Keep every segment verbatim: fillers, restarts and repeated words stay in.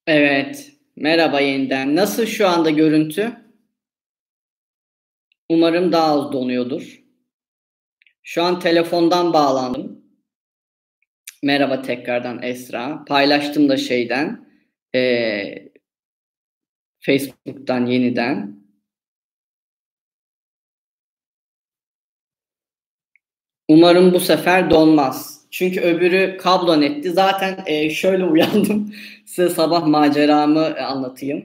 Evet, merhaba yeniden. Nasıl şu anda görüntü? Umarım daha az donuyordur. Şu an telefondan bağlandım. Merhaba tekrardan Esra. Paylaştım da şeyden, eee, Facebook'tan yeniden. Umarım bu sefer donmaz. Çünkü öbürü kablo netti. Zaten eee, şöyle uyandım. Size sabah maceramı e, anlatayım.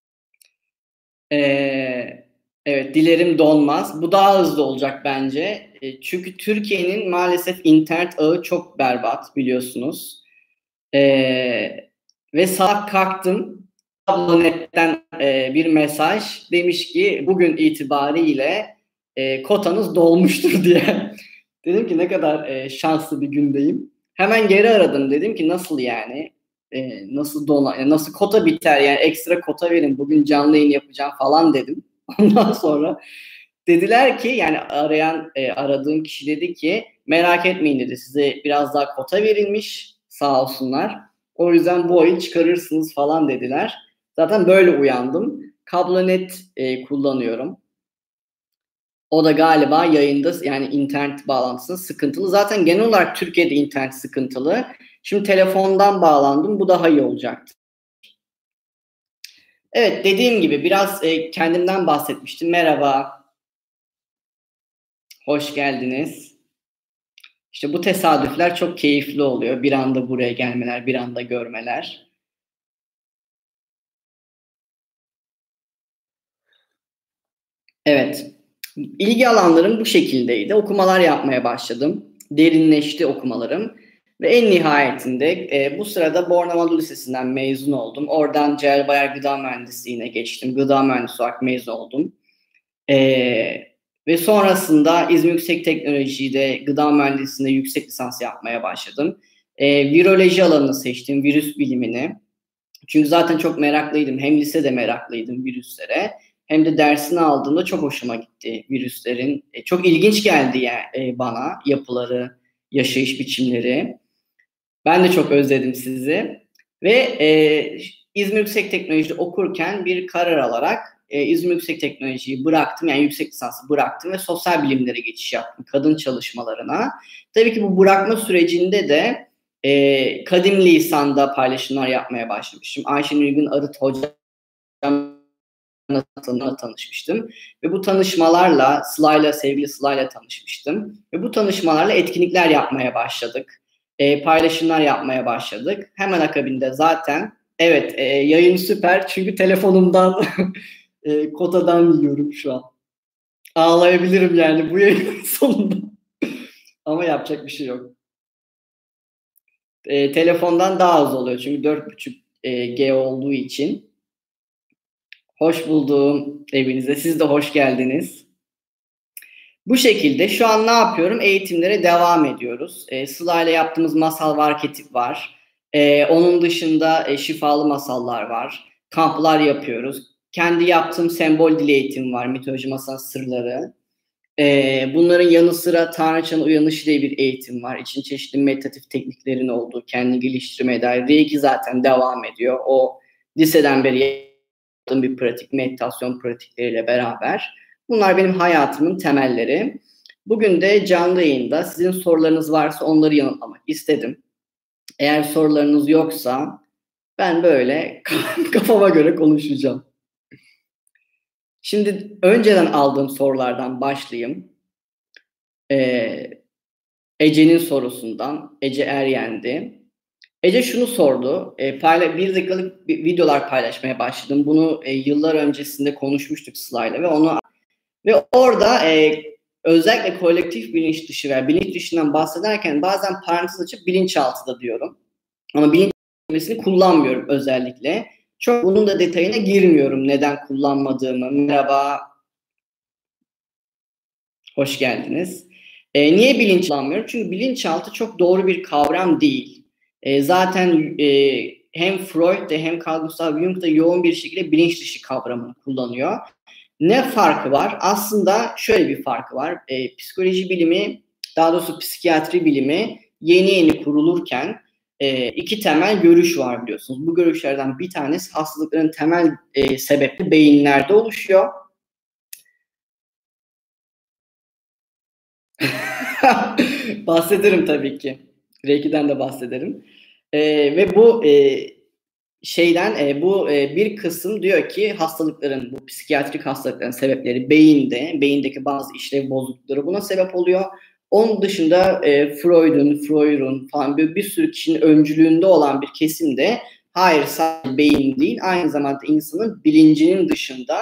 Eee, evet, dilerim donmaz. Bu daha hızlı olacak bence. E, çünkü Türkiye'nin maalesef internet ağı çok berbat biliyorsunuz. Eee, ve sabah kalktım. Kablonetten eee, bir mesaj demiş ki bugün itibariyle eee, kotanız dolmuştur diye. Dedim ki ne kadar eee, şanslı bir gündeyim. Hemen geri aradım. Dedim ki nasıl yani? Eee, nasıl dola, e, nasıl kota biter yani ekstra kota verin bugün canlı yayın yapacağım falan dedim. Ondan sonra dediler ki yani arayan e, aradığım kişi dedi ki merak etmeyin dedi size biraz daha kota verilmiş sağ olsunlar. O yüzden bu ayı çıkarırsınız falan dediler. Zaten böyle uyandım. Kablonet e, kullanıyorum. O da galiba yayında yani internet bağlantısı sıkıntılı. Zaten genel olarak Türkiye'de internet sıkıntılı. Şimdi telefondan bağlandım. Bu daha iyi olacaktı. Evet dediğim gibi biraz e, kendimden bahsetmiştim. Merhaba, hoş geldiniz. İşte bu tesadüfler çok keyifli oluyor. Bir anda buraya gelmeler, bir anda görmeler. Evet. İlgi alanlarım bu şekildeydi. Okumalar yapmaya başladım. Derinleşti okumalarım. Ve en nihayetinde e, bu sırada Bornova Anadolu Lisesi'nden mezun oldum. Oradan Celal Bayar Gıda Mühendisliğine geçtim. Gıda mühendisi olarak mezun oldum. E, ve sonrasında İzmir Yüksek Teknoloji'de gıda mühendisliğinde yüksek lisans yapmaya başladım. E, viroloji alanını seçtim, virüs bilimini. Çünkü zaten çok meraklıydım. Hem lisede meraklıydım virüslere. Hem de dersini aldığımda çok hoşuma gitti virüslerin. E, çok ilginç geldi ya, e, bana yapıları, yaşayış biçimleri. Ben de çok özledim sizi. Ve e, İzmir Yüksek Teknoloji'de okurken bir karar alarak e, İzmir Yüksek Teknoloji'yi bıraktım. Yani yüksek lisansı bıraktım ve sosyal bilimlere geçiş yaptım. Kadın çalışmalarına. Tabii ki bu bırakma sürecinde de e, kadim lisanda paylaşımlar yapmaya başlamıştım. Ayşenur Gün Arıt hocamla tanışmıştım. Ve bu tanışmalarla, Sıla'yla, sevgili Sıla'yla tanışmıştım. Ve bu tanışmalarla etkinlikler yapmaya başladık. E, paylaşımlar yapmaya başladık. Hemen akabinde zaten evet e, yayın süper çünkü telefonumdan e, kotadan yiyorum şu an. Ağlayabilirim yani bu yayının sonunda. Ama yapacak bir şey yok. E, telefondan daha az oluyor çünkü dört buçuk e, G olduğu için. Hoş buldum evinize. Siz de hoş geldiniz. Bu şekilde şu an ne yapıyorum? Eğitimlere devam ediyoruz. E, Sıla ile yaptığımız masal var, ketip var. E, onun dışında e, şifalı masallar var. Kamplar yapıyoruz. Kendi yaptığım sembol dil eğitimi var. Mitoloji masal sırları. E, bunların yanı sıra Tanrıçanın Uyanışı diye bir eğitim var. İçin çeşitli meditatif tekniklerin olduğu, kendini geliştirmeye dair. Reiki zaten devam ediyor. O liseden beri yaptığım bir pratik, meditasyon pratikleriyle beraber. Bunlar benim hayatımın temelleri. Bugün de canlı yayında sizin sorularınız varsa onları yanıtlamak istedim. Eğer sorularınız yoksa ben böyle kafama göre konuşacağım. Şimdi önceden aldığım sorulardan başlayayım. Ee, Ece'nin sorusundan, Ece Eryendi. Ece şunu sordu, e, payla- bir dakikalık videolar paylaşmaya başladım. Bunu e, yıllar öncesinde konuşmuştuk Sıla'yla ve onu ve orada e, özellikle kolektif bilinç dışı veya bilinç dışından bahsederken bazen parantez açıp bilinçaltı da diyorum. Ama bilinç kelimesini kullanmıyorum özellikle. Çok bunun da detayına girmiyorum neden kullanmadığımı. Merhaba, hoş geldiniz. E, niye bilinç kullanmıyorum? Çünkü bilinçaltı çok doğru bir kavram değil. E, zaten e, hem Freud de hem Carl Gustav Jung da yoğun bir şekilde bilinç dışı kavramını kullanıyor. Ne farkı var? Aslında şöyle bir farkı var. E, psikoloji bilimi, daha doğrusu psikiyatri bilimi yeni yeni kurulurken e, iki temel görüş var biliyorsunuz. Bu görüşlerden bir tanesi hastalıkların temel e, sebebi beyinlerde oluşuyor. Bahsederim tabii ki. Reiki'den de bahsederim. E, ve bu e, şeyden e, bu e, bir kısım diyor ki hastalıkların, bu psikiyatrik hastalıkların sebepleri beyinde, beyindeki bazı işlev bozuklukları buna sebep oluyor. Onun dışında e, Freud'un, Freud'un falan bir, bir sürü kişinin öncülüğünde olan bir kesim de hayır sadece beyin değil, aynı zamanda insanın bilincinin dışında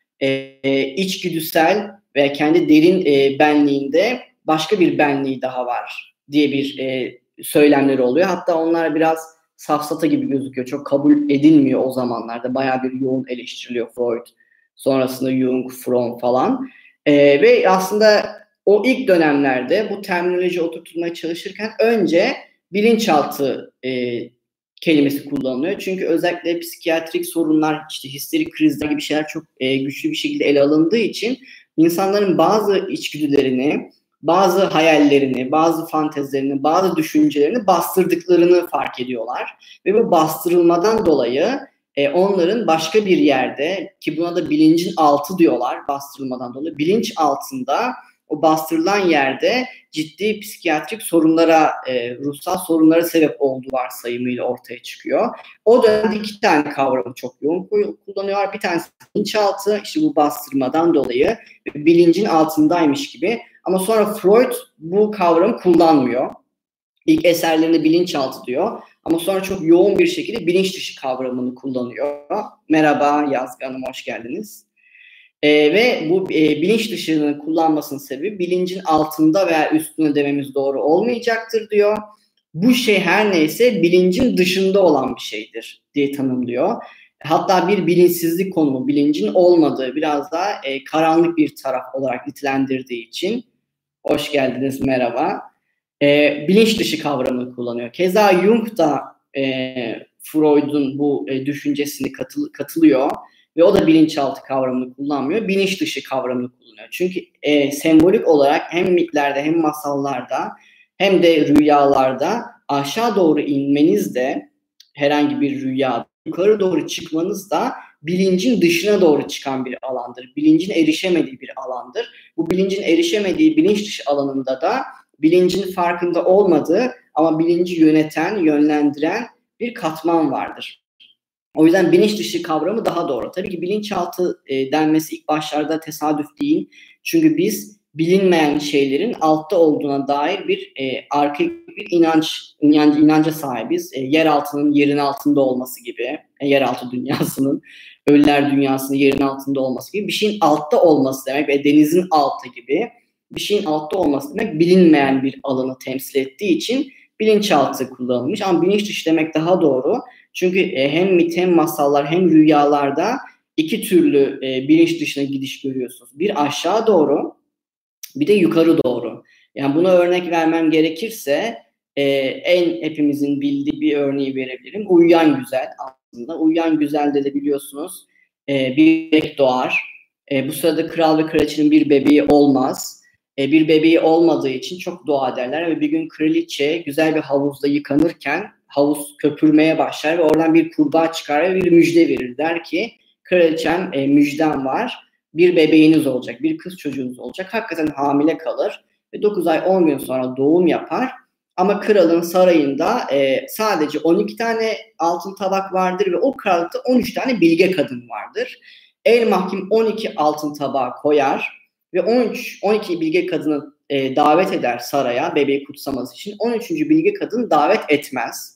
e, içgüdüsel ve kendi derin e, benliğinde başka bir benliği daha var diye bir e, söylemleri oluyor. Hatta onlar biraz safsata gibi gözüküyor. Çok kabul edilmiyor o zamanlarda. Bayağı bir yoğun eleştiriliyor Freud. Sonrasında Jung, Fromm falan. Ee, ve aslında o ilk dönemlerde bu terminoloji oturtulmaya çalışırken önce bilinçaltı e, kelimesi kullanılıyor. Çünkü özellikle psikiyatrik sorunlar, işte histerik krizler gibi şeyler çok e, güçlü bir şekilde ele alındığı için insanların bazı içgüdülerini, bazı hayallerini, bazı fantezilerini, bazı düşüncelerini bastırdıklarını fark ediyorlar. Ve bu bastırılmadan dolayı e, onların başka bir yerde, ki buna da bilincin altı diyorlar bastırılmadan dolayı, bilinç altında o bastırılan yerde ciddi psikiyatrik sorunlara, e, ruhsal sorunlara sebep olduğu varsayımıyla ortaya çıkıyor. O dönemde iki tane kavramı çok yoğun kullanıyorlar. Bir tanesi bilinçaltı, işte bu bastırmadan dolayı bilincin altındaymış gibi. Ama sonra Freud bu kavramı kullanmıyor. İlk eserlerinde bilinçaltı diyor. Ama sonra çok yoğun bir şekilde bilinç dışı kavramını kullanıyor. Merhaba Yazgı Hanım, hoş geldiniz. Ee, ve bu e, bilinç dışını kullanmasının sebebi bilincin altında veya üstünde dememiz doğru olmayacaktır diyor. Bu şey her neyse bilincin dışında olan bir şeydir diye tanımlıyor. Hatta bir bilinçsizlik konumu, bilincin olmadığı, biraz daha e, karanlık bir taraf olarak nitelendirdiği için hoş geldiniz, merhaba. E, bilinç dışı kavramını kullanıyor. Keza Jung da e, Freud'un bu e, düşüncesini katıl, katılıyor ve o da bilinçaltı kavramını kullanmıyor, bilinç dışı kavramını kullanıyor. Çünkü e, sembolik olarak hem mitlerde hem masallarda hem de rüyalarda aşağı doğru inmeniz de herhangi bir rüya, yukarı doğru çıkmanız da bilincin dışına doğru çıkan bir alandır. Bilincin erişemediği bir alandır. Bu bilincin erişemediği bilinç dışı alanında da bilincin farkında olmadığı ama bilinci yöneten, yönlendiren bir katman vardır. O yüzden bilinç dışı kavramı daha doğru. Tabii ki bilinçaltı e, denmesi ilk başlarda tesadüf değil. Çünkü biz bilinmeyen şeylerin altta olduğuna dair bir e, arkaik bir inanç, inanç inanca sahibiz. E, yer altının yerin altında olması gibi, e, yeraltı dünyasının, ölüler dünyasının yerin altında olması gibi bir şeyin altta olması demek ve denizin altı gibi bir şeyin altta olması demek bilinmeyen bir alanı temsil ettiği için bilinçaltı kullanılmış. Ama bilinç dışı demek daha doğru. Çünkü e, hem mit hem masallar hem rüyalarda iki türlü e, bilinç dışına gidiş görüyorsunuz. Bir aşağı doğru, bir de yukarı doğru. Yani buna örnek vermem gerekirse e, en hepimizin bildiği bir örneği verebilirim. Uyuyan güzel aslında. Uyuyan güzelde de biliyorsunuz e, bir bebek doğar. E, bu sırada kral ve kraliçenin bir bebeği olmaz. E, bir bebeği olmadığı için çok dua ederler ve bir gün kraliçe güzel bir havuzda yıkanırken havuz köpürmeye başlar ve oradan bir kurbağa çıkar ve bir müjde verir. Der ki kraliçem e, müjdem var. Bir bebeğiniz olacak, bir kız çocuğunuz olacak. Hakikaten hamile kalır ve dokuz ay on gün sonra doğum yapar. Ama kralın sarayında e, sadece on iki tane altın tabak vardır ve o krallıkta on üç tane bilge kadın vardır. El mahkum on iki altın tabağı koyar ve on üç on iki bilge kadını e, davet eder saraya bebeği kutsaması için. on üçüncü bilge kadın davet etmez.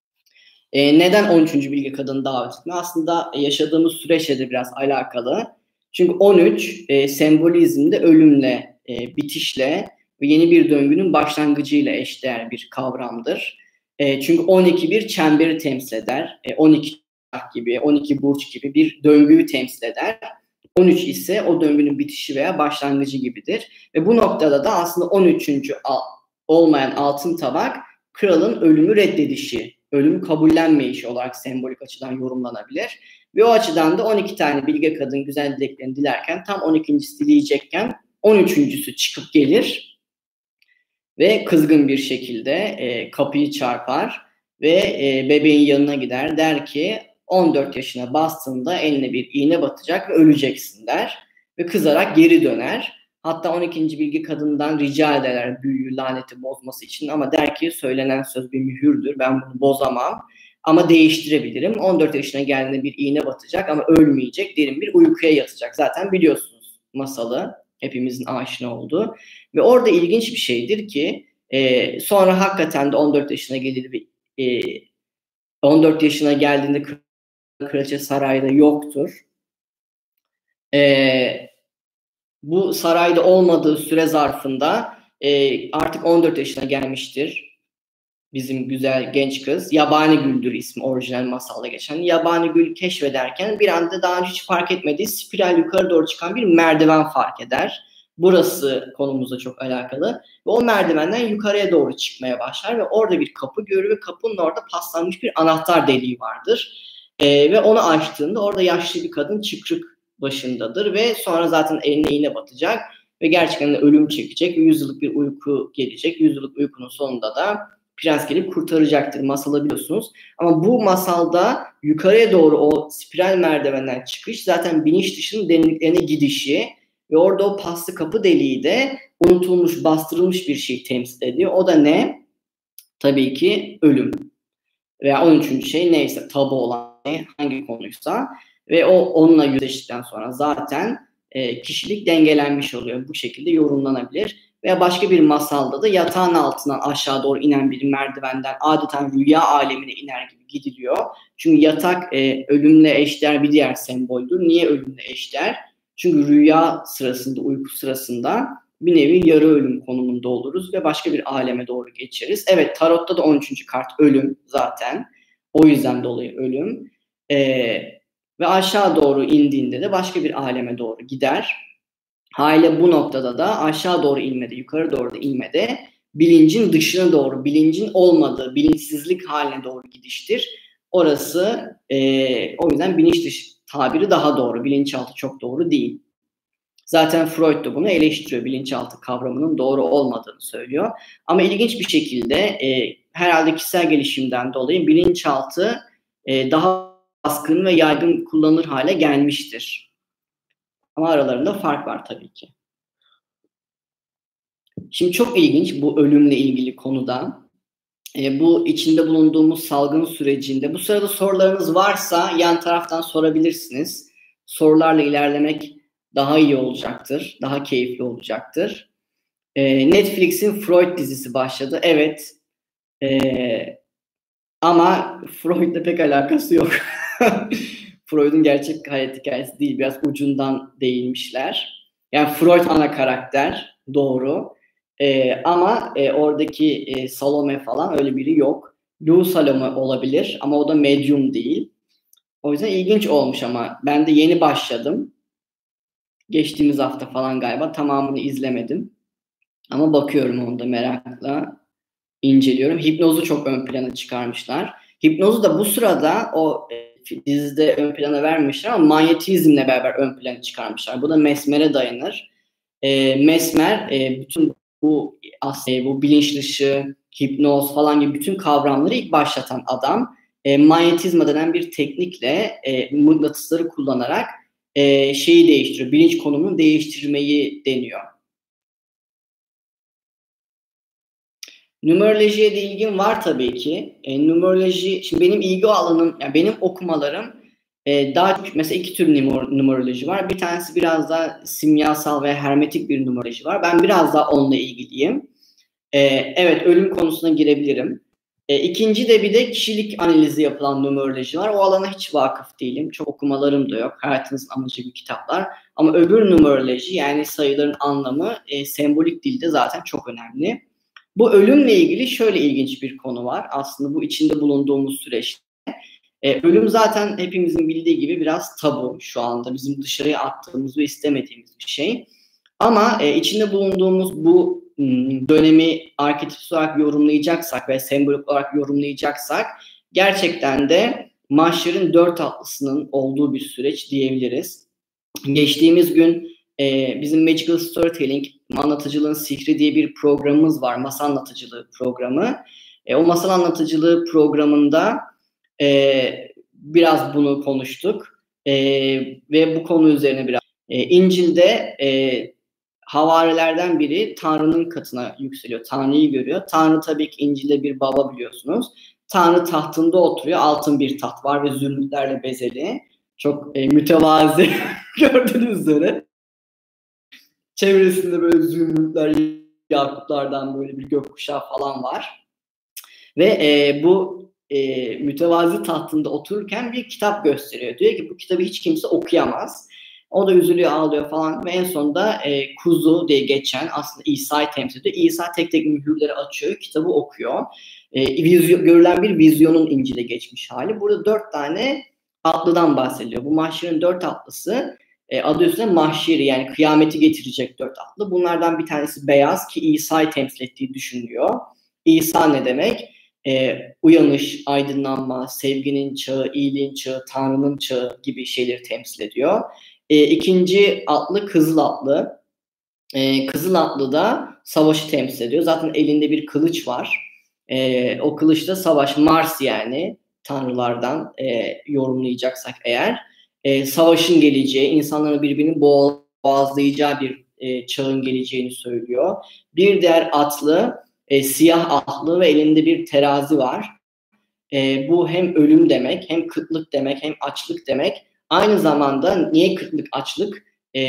E, neden on üçüncü bilge kadını davet etmez? Aslında yaşadığımız süreçle de biraz alakalı. Çünkü on üç e, sembolizmde ölümle, e, bitişle ve yeni bir döngünün başlangıcıyla eşdeğer bir kavramdır. E, çünkü on iki bir çemberi temsil eder. E, on iki gibi, on iki burç gibi bir döngüyü temsil eder. on üç ise o döngünün bitişi veya başlangıcı gibidir. Ve bu noktada da aslında on üçüncü olmayan altın tabak kralın ölümü reddedişi, ölümü kabullenmeyişi olarak sembolik açıdan yorumlanabilir. Ve o açıdan da on iki tane bilge kadın güzel dileklerini dilerken tam on ikincisi dileyecekken on üçüncüsü çıkıp gelir ve kızgın bir şekilde e, kapıyı çarpar ve e, bebeğin yanına gider, der ki on dört yaşına bastığında eline bir iğne batacak ve öleceksin der ve kızarak geri döner. Hatta on ikinci bilgi kadından rica ederler büyüyü, laneti bozması için ama der ki söylenen söz bir mühürdür, ben bunu bozamam ama değiştirebilirim. on dört yaşına geldiğinde bir iğne batacak ama ölmeyecek, derin bir uykuya yatacak. Zaten biliyorsunuz masalı, hepimizin aşina olduğu ve orada ilginç bir şeydir ki e, sonra hakikaten de on dört yaşına gelir ve e, on dört yaşına geldiğinde kraliçe sarayda yoktur. Eee Bu sarayda olmadığı süre zarfında e, artık on dört yaşına gelmiştir bizim güzel genç kız. Yabani Gül'dür ismi orijinal masalda geçen. Yabani Gül keşfederken bir anda daha önce hiç fark etmediği spiral yukarı doğru çıkan bir merdiven fark eder. Burası konumuzla çok alakalı. Ve o merdivenden yukarıya doğru çıkmaya başlar ve orada bir kapı görür ve kapının orada paslanmış bir anahtar deliği vardır. E, ve onu açtığında orada yaşlı bir kadın çıkrık başındadır ve sonra zaten eline iğne batacak ve gerçekten de ölüm çekecek ve yüz yıllık bir uyku gelecek. yüz yıllık uykunun sonunda da prens gelip kurtaracaktır. Masalı biliyorsunuz. Ama bu masalda yukarıya doğru o spiral merdivenden çıkış zaten bilinç dışının derinliklerine gidişi ve orada o paslı kapı deliği de unutulmuş, bastırılmış bir şey temsil ediyor. O da ne? Tabii ki ölüm. Veya on üçüncü şey neyse, tabu olan hangi konuysa ve o onunla yüzleştikten sonra zaten e, kişilik dengelenmiş oluyor. Bu şekilde yorumlanabilir. Veya başka bir masalda da yatağın altından aşağı doğru inen bir merdivenden adeta rüya alemine iner gibi gidiliyor. Çünkü yatak e, ölümle eşdeğer bir diğer semboldür. Niye ölümle eşdeğer? Çünkü rüya sırasında, uyku sırasında bir nevi yarı ölüm konumunda oluruz ve başka bir aleme doğru geçeriz. Evet, tarotta da on üçüncü kart ölüm zaten. O yüzden dolayı ölüm. Ee, ve aşağı doğru indiğinde de başka bir aleme doğru gider. Haliyle bu noktada da aşağı doğru inmede, yukarı doğru da inmede bilincin dışına doğru, bilincin olmadığı, bilinçsizlik haline doğru gidiştir. Orası e, o yüzden bilinç dışı tabiri daha doğru. Bilinçaltı çok doğru değil. Zaten Freud da bunu eleştiriyor. Bilinçaltı kavramının doğru olmadığını söylüyor. Ama ilginç bir şekilde e, herhalde kişisel gelişimden dolayı bilinçaltı e, daha baskın ve yaygın kullanılır hale gelmiştir. Ama aralarında fark var tabii ki. Şimdi çok ilginç bu ölümle ilgili konuda. E, bu içinde bulunduğumuz salgın sürecinde. Bu sırada sorularınız varsa yan taraftan sorabilirsiniz. Sorularla ilerlemek daha iyi olacaktır. Daha keyifli olacaktır. E, Netflix'in Freud dizisi başladı. Evet. E, ama Freud'la pek alakası yok. Freud'un gerçek hayat hikayesi değil. Biraz ucundan değinmişler. Yani Freud ana karakter. Doğru. E, ama e, oradaki e, Salome falan öyle biri yok. Lou Salome olabilir ama o da medyum değil. O yüzden ilginç olmuş ama ben de yeni başladım. Geçtiğimiz hafta falan galiba tamamını izlemedim. Ama bakıyorum onu da merakla inceliyorum. Hipnozu çok ön plana çıkarmışlar. Hipnozu da bu sırada o e, dizide ön plana vermişler ama manyetizmle beraber ön plana çıkarmışlar. Bu da Mesmer'e dayanır. E, Mesmer e, bütün bu aslında bu bilinç dışı, hipnoz falan gibi bütün kavramları ilk başlatan adam. E, manyetizma denen bir teknikle e, mıknatısları kullanarak e, şeyi değiştiriyor. Bilinç konumunu değiştirmeyi deniyor. Numerolojiye de ilgim var tabii ki. E, numeroloji, şimdi benim ilgi alanım, yani benim okumalarım e, daha çok, mesela iki tür numer- numeroloji var. Bir tanesi biraz daha simyasal ve hermetik bir numeroloji var. Ben biraz daha onunla ilgiliyim. E, evet, ölüm konusuna girebilirim. E, ikinci de bir de kişilik analizi yapılan numeroloji var. O alana hiç vakıf değilim. Çok okumalarım da yok. Hayatınızın amacı gibi kitaplar. Ama öbür numeroloji, yani sayıların anlamı e, sembolik dilde zaten çok önemli. Bu ölümle ilgili şöyle ilginç bir konu var. Aslında bu içinde bulunduğumuz süreçte. E, ölüm zaten hepimizin bildiği gibi biraz tabu şu anda. Bizim dışarıya attığımız ve istemediğimiz bir şey. Ama e, içinde bulunduğumuz bu m, dönemi arketipsel olarak yorumlayacaksak ve sembolik olarak yorumlayacaksak gerçekten de Mahşer'in dört atlısının olduğu bir süreç diyebiliriz. Geçtiğimiz gün e, bizim Magical Storytelling, anlatıcılığın sihri diye bir programımız var. Masa anlatıcılığı programı. E, o masal anlatıcılığı programında e, biraz bunu konuştuk e, ve bu konu üzerine biraz. E, İncil'de e, havarilerden biri Tanrı'nın katına yükseliyor. Tanrı'yı görüyor. Tanrı tabii ki İncil'de bir baba biliyorsunuz. Tanrı tahtında oturuyor. Altın bir taht var ve zümrütlerle bezeli. Çok e, mütevazi gördüğünüz üzere. Çevresinde böyle zümrütler, yakutlardan böyle bir gökkuşağı falan var. Ve e, bu e, mütevazi tahtında otururken bir kitap gösteriyor. Diyor ki bu kitabı hiç kimse okuyamaz. O da üzülüyor, ağlıyor falan ve en sonunda e, kuzu diye geçen aslında İsa'yı temsil ediyor. İsa tek tek mühürleri açıyor, kitabı okuyor. E, vizyon, görülen bir vizyonun İncil'e geçmiş hali. Burada dört tane atlıdan bahsediyor. Bu mahşerin dört atlısı e, adı üstünde mahşeri yani kıyameti getirecek dört atlı. Bunlardan bir tanesi beyaz ki İsa'yı temsil ettiği düşünülüyor. İsa ne demek? E, uyanış, aydınlanma, sevginin çağı, iyiliğin çağı, Tanrı'nın çağı gibi şeyleri temsil ediyor. E, ikinci atlı kızıl atlı. E, kızıl atlı da savaşı temsil ediyor. Zaten elinde bir kılıç var. E, o kılıçta savaş, Mars yani tanrılardan e, yorumlayacaksak eğer. E, savaşın geleceği, insanların birbirini boğazlayacağı bir e, çağın geleceğini söylüyor. Bir diğer atlı E, siyah atlı ve elinde bir terazi var. E, bu hem ölüm demek, hem kıtlık demek, hem açlık demek. Aynı zamanda niye kıtlık, açlık?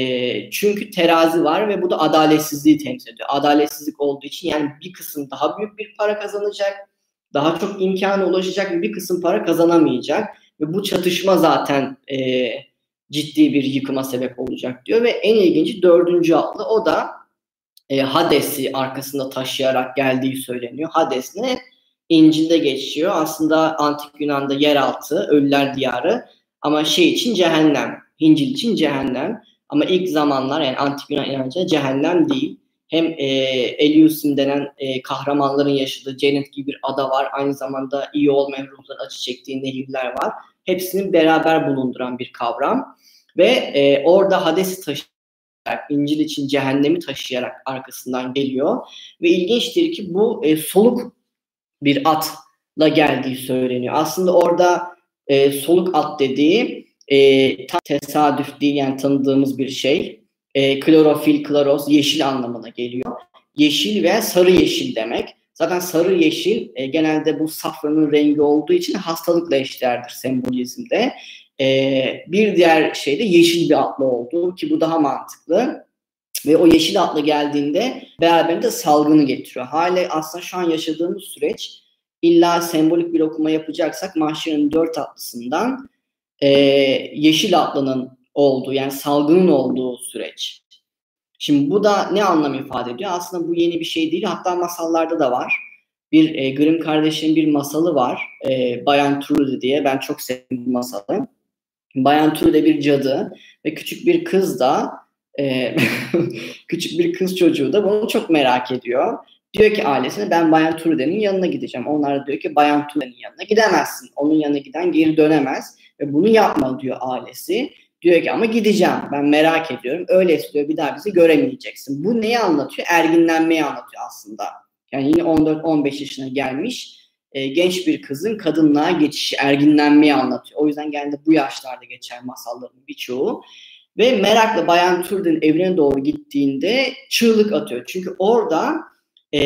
E, çünkü terazi var ve bu da adaletsizliği temsil ediyor. Adaletsizlik olduğu için yani bir kısım daha büyük bir para kazanacak, daha çok imkana ulaşacak ve bir kısım para kazanamayacak. Ve bu çatışma zaten e, ciddi bir yıkıma sebep olacak diyor. Ve en ilginci dördüncü atlı, o da E, Hades'i arkasında taşıyarak geldiği söyleniyor. Hades ne? İncil'de geçiyor. Aslında Antik Yunan'da yeraltı, ölüler diyarı ama şey için cehennem. İncil için cehennem. Ama ilk zamanlar yani Antik Yunan inancında cehennem değil. Hem e, Elysium denen e, kahramanların yaşadığı cennet gibi bir ada var. Aynı zamanda iyi olmayan ruhların acı çektiği nehirler var. Hepsinin beraber bulunduran bir kavram. Ve e, orada Hades'i taşıyan İncil için cehennemi taşıyarak arkasından geliyor. Ve ilginçtir ki bu e, soluk bir atla geldiği söyleniyor. Aslında orada e, soluk at dediği e, tam tesadüf değil yani tanıdığımız bir şey. E, klorofil, kloros yeşil anlamına geliyor. Yeşil veya sarı yeşil demek. Zaten sarı yeşil e, genelde bu safranın rengi olduğu için hastalıkla eşdeğerdir sembolizmde. Ee, bir diğer şey de yeşil bir atlı olduğu ki bu daha mantıklı. Ve o yeşil atlı geldiğinde beraberinde salgını getiriyor. Hali aslında şu an yaşadığımız süreç illa sembolik bir okuma yapacaksak mahşerin dört atlısından e, yeşil atlının olduğu yani salgının olduğu süreç. Şimdi bu da ne anlam ifade ediyor? Aslında bu yeni bir şey değil. Hatta masallarda da var. Bir e, Grimm kardeşlerin bir masalı var. E, Bayan Trude diye. Ben çok sevdim bu masalı. Bayan Trude bir cadı ve küçük bir kız da e, küçük bir kız çocuğu da bunu çok merak ediyor. Diyor ki ailesine ben Bayan Trude'nin yanına gideceğim. Onlar da diyor ki Bayan Trude'nin yanına gidemezsin. Onun yanına giden geri dönemez ve bunu yapma diyor ailesi. Diyor ki ama gideceğim. Ben merak ediyorum. Öyleyse diyor bir daha bizi göremeyeceksin. Bu neyi anlatıyor? Erginlenmeyi anlatıyor aslında. Yani yine on dört on beş yaşına gelmiş e, genç bir kızın kadınlığa geçişi, erginlenmeyi anlatıyor. O yüzden genelde bu yaşlarda geçer masalların birçoğu. Ve merakla Bayan Trude'nin evine doğru gittiğinde çığlık atıyor. Çünkü orada e,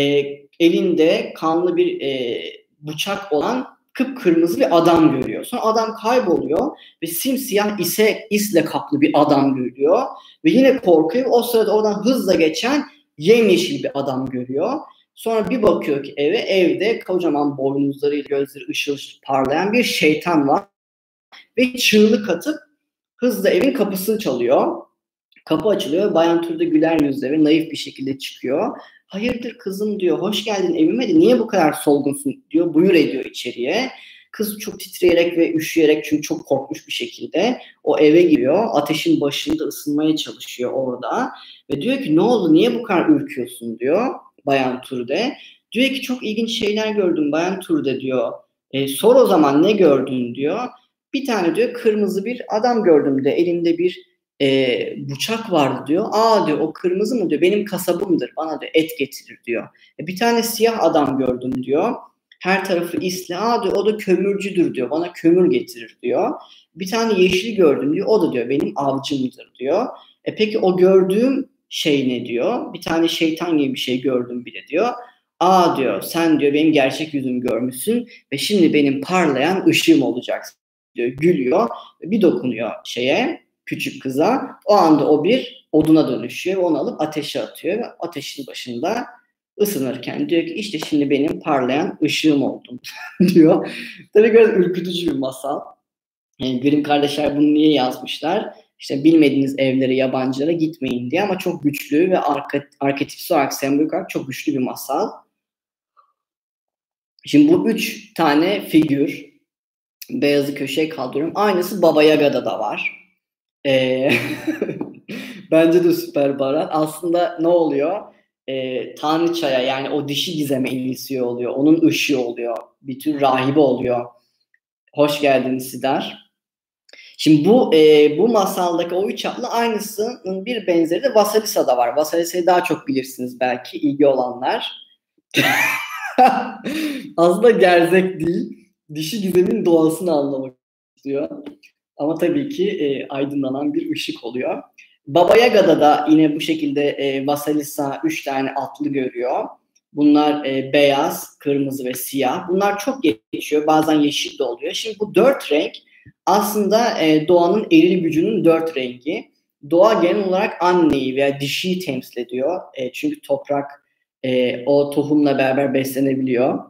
elinde kanlı bir e, bıçak olan kıpkırmızı bir adam görüyor. Sonra adam kayboluyor ve simsiyah ise isle kaplı bir adam görüyor. Ve yine korkuyor. O sırada oradan hızla geçen yemyeşil bir adam görüyor. Sonra bir bakıyor ki eve, evde kocaman boynuzlarıyla gözleri ışıl ışıl parlayan bir şeytan var. Ve çığlık atıp hızla evin kapısını çalıyor. Kapı açılıyor. Bayan Trude güler yüzle ve naif bir şekilde çıkıyor. Hayırdır kızım diyor. Hoş geldin evime de niye bu kadar solgunsun diyor. Buyur ediyor içeriye. Kız çok titreyerek ve üşüyerek çünkü çok korkmuş bir şekilde o eve giriyor. Ateşin başında ısınmaya çalışıyor orada. Ve diyor ki ne oldu niye bu kadar ürküyorsun diyor Bayan Trude. Diyor ki çok ilginç şeyler gördüm Bayan Trude diyor. E, sor o zaman ne gördün diyor. Bir tane diyor kırmızı bir adam gördüm de elinde bir e, bıçak vardı diyor. Aa diyor o kırmızı mı diyor benim kasabımdır bana diyor et getirir diyor. E, bir tane siyah adam gördüm diyor. Her tarafı isli. Aa diyor, o da kömürcüdür diyor. Bana kömür getirir diyor. Bir tane yeşil gördüm diyor. O da diyor benim avcımdır diyor. E peki o gördüğüm şey ne diyor? Bir tane şeytan gibi bir şey gördüm bile diyor. Aa diyor, sen diyor benim gerçek yüzümü görmüşsün ve şimdi benim parlayan ışığım olacaksın diyor. Gülüyor. Bir dokunuyor şeye, küçük kıza. O anda o bir oduna dönüşüyor ve onu alıp ateşe atıyor ve ateşin başında ısınırken diyor ki işte şimdi benim parlayan ışığım oldum diyor. Tabii biraz ürkütücü bir masal. Yani Grimm kardeşler bunu niye yazmışlar? İşte bilmediğiniz evlere, yabancılara gitmeyin diye, ama çok güçlü ve arka, arketipsel olarak, sembolik olarak çok güçlü bir masal. Şimdi bu üç tane figür, beyazı köşeye kaldırıyorum. Aynısı Baba Yaga'da da var. Ee, bence de süper baharat. Aslında ne oluyor? Ee, Tanrıçaya, yani o dişi gizeme ilgisi oluyor. Onun ışığı oluyor. Bir tür rahibe oluyor. Hoş geldin Sidar. Şimdi bu e, bu masaldaki o üç atlı aynısının bir benzeri de Vasalisa'da var. Vasalisa'yı daha çok bilirsiniz belki, ilgi olanlar. Aslında gerzek değil. Dişi gizemin doğasını anlamak istiyor. Ama tabii ki e, aydınlanan bir ışık oluyor. Baba Yaga'da da yine bu şekilde e, Vasalisa üç tane atlı görüyor. Bunlar e, beyaz, kırmızı ve siyah. Bunlar çok geçiyor. Bazen yeşil de oluyor. Şimdi bu dört renk aslında e, doğanın eril gücünün dört rengi. Doğa genel olarak anneyi veya dişiyi temsil ediyor. E, çünkü toprak e, o tohumla beraber beslenebiliyor.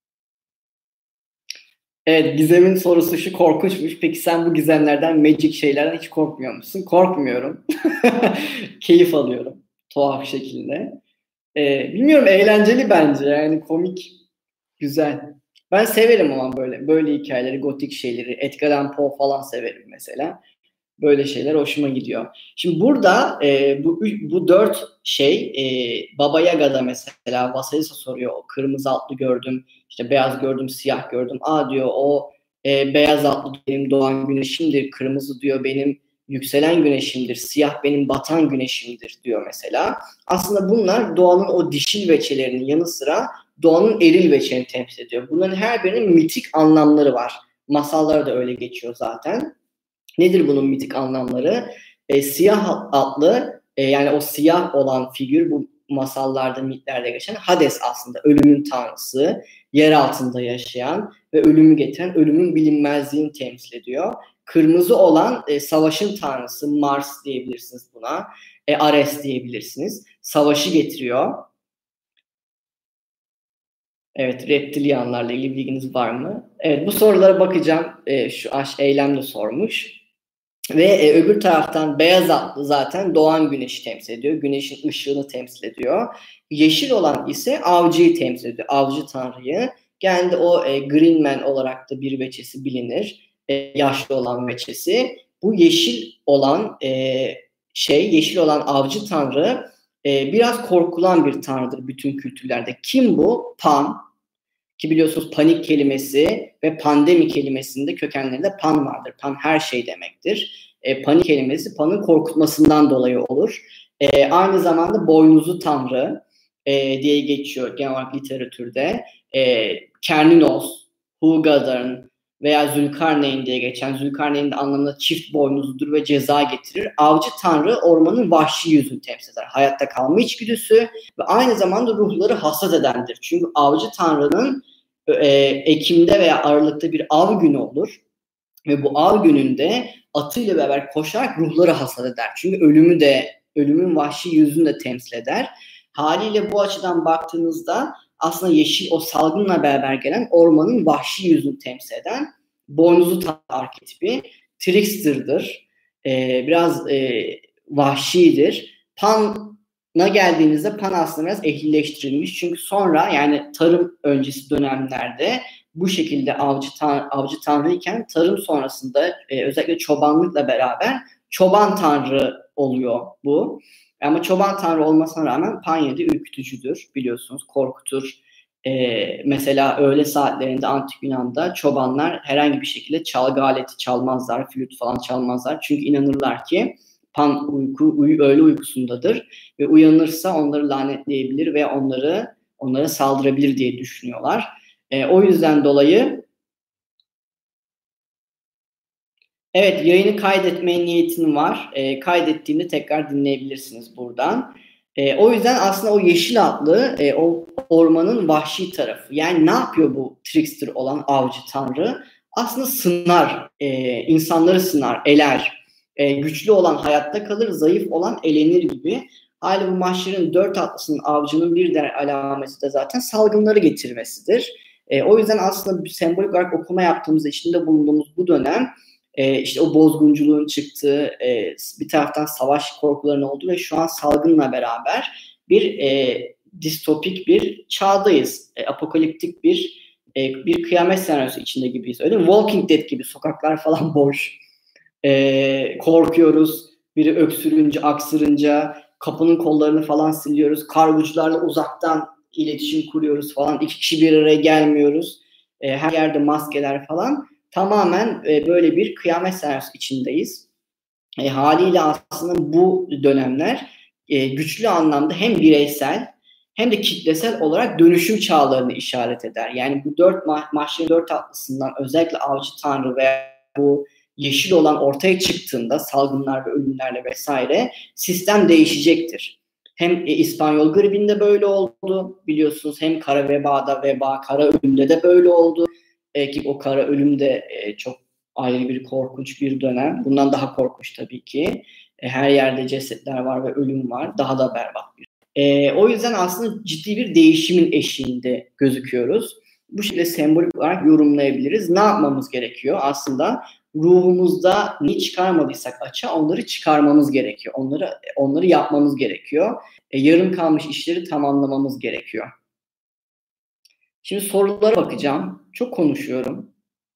Evet, Gizem'in sorusu şu, korkunçmuş. Peki sen bu gizemlerden, magic şeylerden hiç korkmuyor musun? Korkmuyorum. Keyif alıyorum. Tuhaf şekilde. Ee, bilmiyorum, eğlenceli bence. Yani komik, güzel. Ben severim ama böyle böyle hikayeleri, gotik şeyleri. Edgar Allan Poe falan severim mesela. Böyle şeyler hoşuma gidiyor. Şimdi burada e, bu bu dört şey, e, Baba Yaga'da mesela Vasalisa soruyor. O kırmızı atlı gördüm, işte beyaz gördüm, siyah gördüm. Aa diyor, o e, beyaz atlı benim doğan güneşimdir. Kırmızı diyor benim yükselen güneşimdir. Siyah benim batan güneşimdir diyor mesela. Aslında bunlar doğanın o dişil veçelerinin yanı sıra doğanın eril veçelerini temsil ediyor. Bunların her birinin mitik anlamları var. Masallar da öyle geçiyor zaten. Nedir bunun mitik anlamları? E, siyah atlı, e, yani o siyah olan figür bu masallarda, mitlerde geçen Hades, aslında ölümün tanrısı, yer altında yaşayan ve ölümü getiren, ölümün bilinmezliğini temsil ediyor. Kırmızı olan e, savaşın tanrısı, Mars diyebilirsiniz buna, e, Ares diyebilirsiniz. Savaşı getiriyor. Evet, reptilyanlarla ilgili bilginiz var mı? Evet, bu sorulara bakacağım. E, şu Aş Eylem de sormuş. Ve e, öbür taraftan beyaz atlı zaten doğan güneşi temsil ediyor. Güneşin ışığını temsil ediyor. Yeşil olan ise avcıyı temsil ediyor. Avcı tanrıyı. Genelde o e, Green Man olarak da bir veçesi bilinir. E, yaşlı olan veçesi. Bu yeşil olan e, şey, yeşil olan avcı tanrı e, biraz korkulan bir tanrıdır bütün kültürlerde. Kim bu? Pan. Ki biliyorsunuz panik kelimesi ve pandemi kelimesinde kökenlerinde pan vardır. Pan her şey demektir. E, panik kelimesi Pan'ın korkutmasından dolayı olur. E, aynı zamanda boynuzlu tanrı e, diye geçiyor genel olarak literatürde. E, Kerninos, Hugadern veya Zülkarneyn diye geçen, Zülkarneyn de anlamında çift boynuzludur ve ceza getirir. Avcı tanrı ormanın vahşi yüzünü temsil eder. Hayatta kalma içgüdüsü ve aynı zamanda ruhları hasat edendir. Çünkü avcı tanrının e, Ekim'de veya Aralık'ta bir av günü olur. Ve bu av gününde atıyla beraber koşarak ruhları hasat eder. Çünkü ölümü de, ölümün vahşi yüzünü de temsil eder. Haliyle bu açıdan baktığınızda aslında yeşil, o salgınla beraber gelen ormanın vahşi yüzünü temsil eden boynuzlu tanrı arketipi trickster'dır. Ee, biraz e, vahşidir. Pan'a geldiğinizde Pan aslında biraz ehlileştirilmiş. Çünkü sonra, yani tarım öncesi dönemlerde bu şekilde avcı, tan- avcı tanrı iken tarım sonrasında e, özellikle çobanlıkla beraber çoban tanrı oluyor bu. Ama çoban tanrı olmasına rağmen Pan de ürkütücüdür, biliyorsunuz, korkutur. Ee, mesela öğle saatlerinde Antik Yunan'da çobanlar herhangi bir şekilde çalgı aleti çalmazlar, flüt falan çalmazlar. Çünkü inanırlar ki Pan uyku, uy, öğle uykusundadır ve uyanırsa onları lanetleyebilir ve onları onlara saldırabilir diye düşünüyorlar. E, o yüzden dolayı evet, yayını kaydetmeye niyetim var. E, kaydettiğimde tekrar dinleyebilirsiniz buradan. E, o yüzden aslında o yeşil atlı e, o ormanın vahşi tarafı. Yani ne yapıyor bu trickster olan avcı tanrı? Aslında sınar, e, insanları sınar, eler. E, güçlü olan hayatta kalır, zayıf olan elenir gibi. Hali bu mahşerin dört atlısının avcının bir diğer alameti de zaten salgınları getirmesidir. E, o yüzden aslında sembolik olarak okuma yaptığımız, içinde bulunduğumuz bu dönem e, işte o bozgunculuğun çıktığı, e, bir taraftan savaş korkularının olduğu ve şu an salgınla beraber bir e, distopik bir çağdayız. E, apokaliptik bir e, bir kıyamet senaryosu içinde gibiyiz. Öyle mi? Walking Dead gibi, sokaklar falan boş. E, korkuyoruz. Biri öksürünce, aksırınca kapının kollarını falan siliyoruz. Kargocularla uzaktan iletişim kuruyoruz falan. İki kişi bir araya gelmiyoruz. E, her yerde maskeler falan. Tamamen e, böyle bir kıyamet senaryosu içindeyiz. E, haliyle aslında bu dönemler e, güçlü anlamda hem bireysel hem de kitlesel olarak dönüşüm çağlarını işaret eder. Yani bu dört ma- mahşerin dört atlısından özellikle avcı tanrı ve bu yeşil olan ortaya çıktığında salgınlar ve ölümlerle vesaire sistem değişecektir. Hem e, İspanyol gribinde böyle oldu biliyorsunuz, hem kara vebada, veba, kara ölümde de böyle oldu. E, ki o kara ölüm de e, çok ayrı bir korkunç bir dönem. Bundan daha korkunç tabii ki. E, her yerde cesetler var ve ölüm var. Daha da berbat bir. E, o yüzden aslında ciddi bir değişimin eşiğinde gözüküyoruz. Bu şekilde sembolik olarak yorumlayabiliriz. Ne yapmamız gerekiyor? Aslında ruhumuzda ne çıkarmadıysak açığa onları çıkarmamız gerekiyor. Onları onları yapmamız gerekiyor. E, yarım kalmış işleri tamamlamamız gerekiyor. Şimdi sorulara bakacağım. Çok konuşuyorum.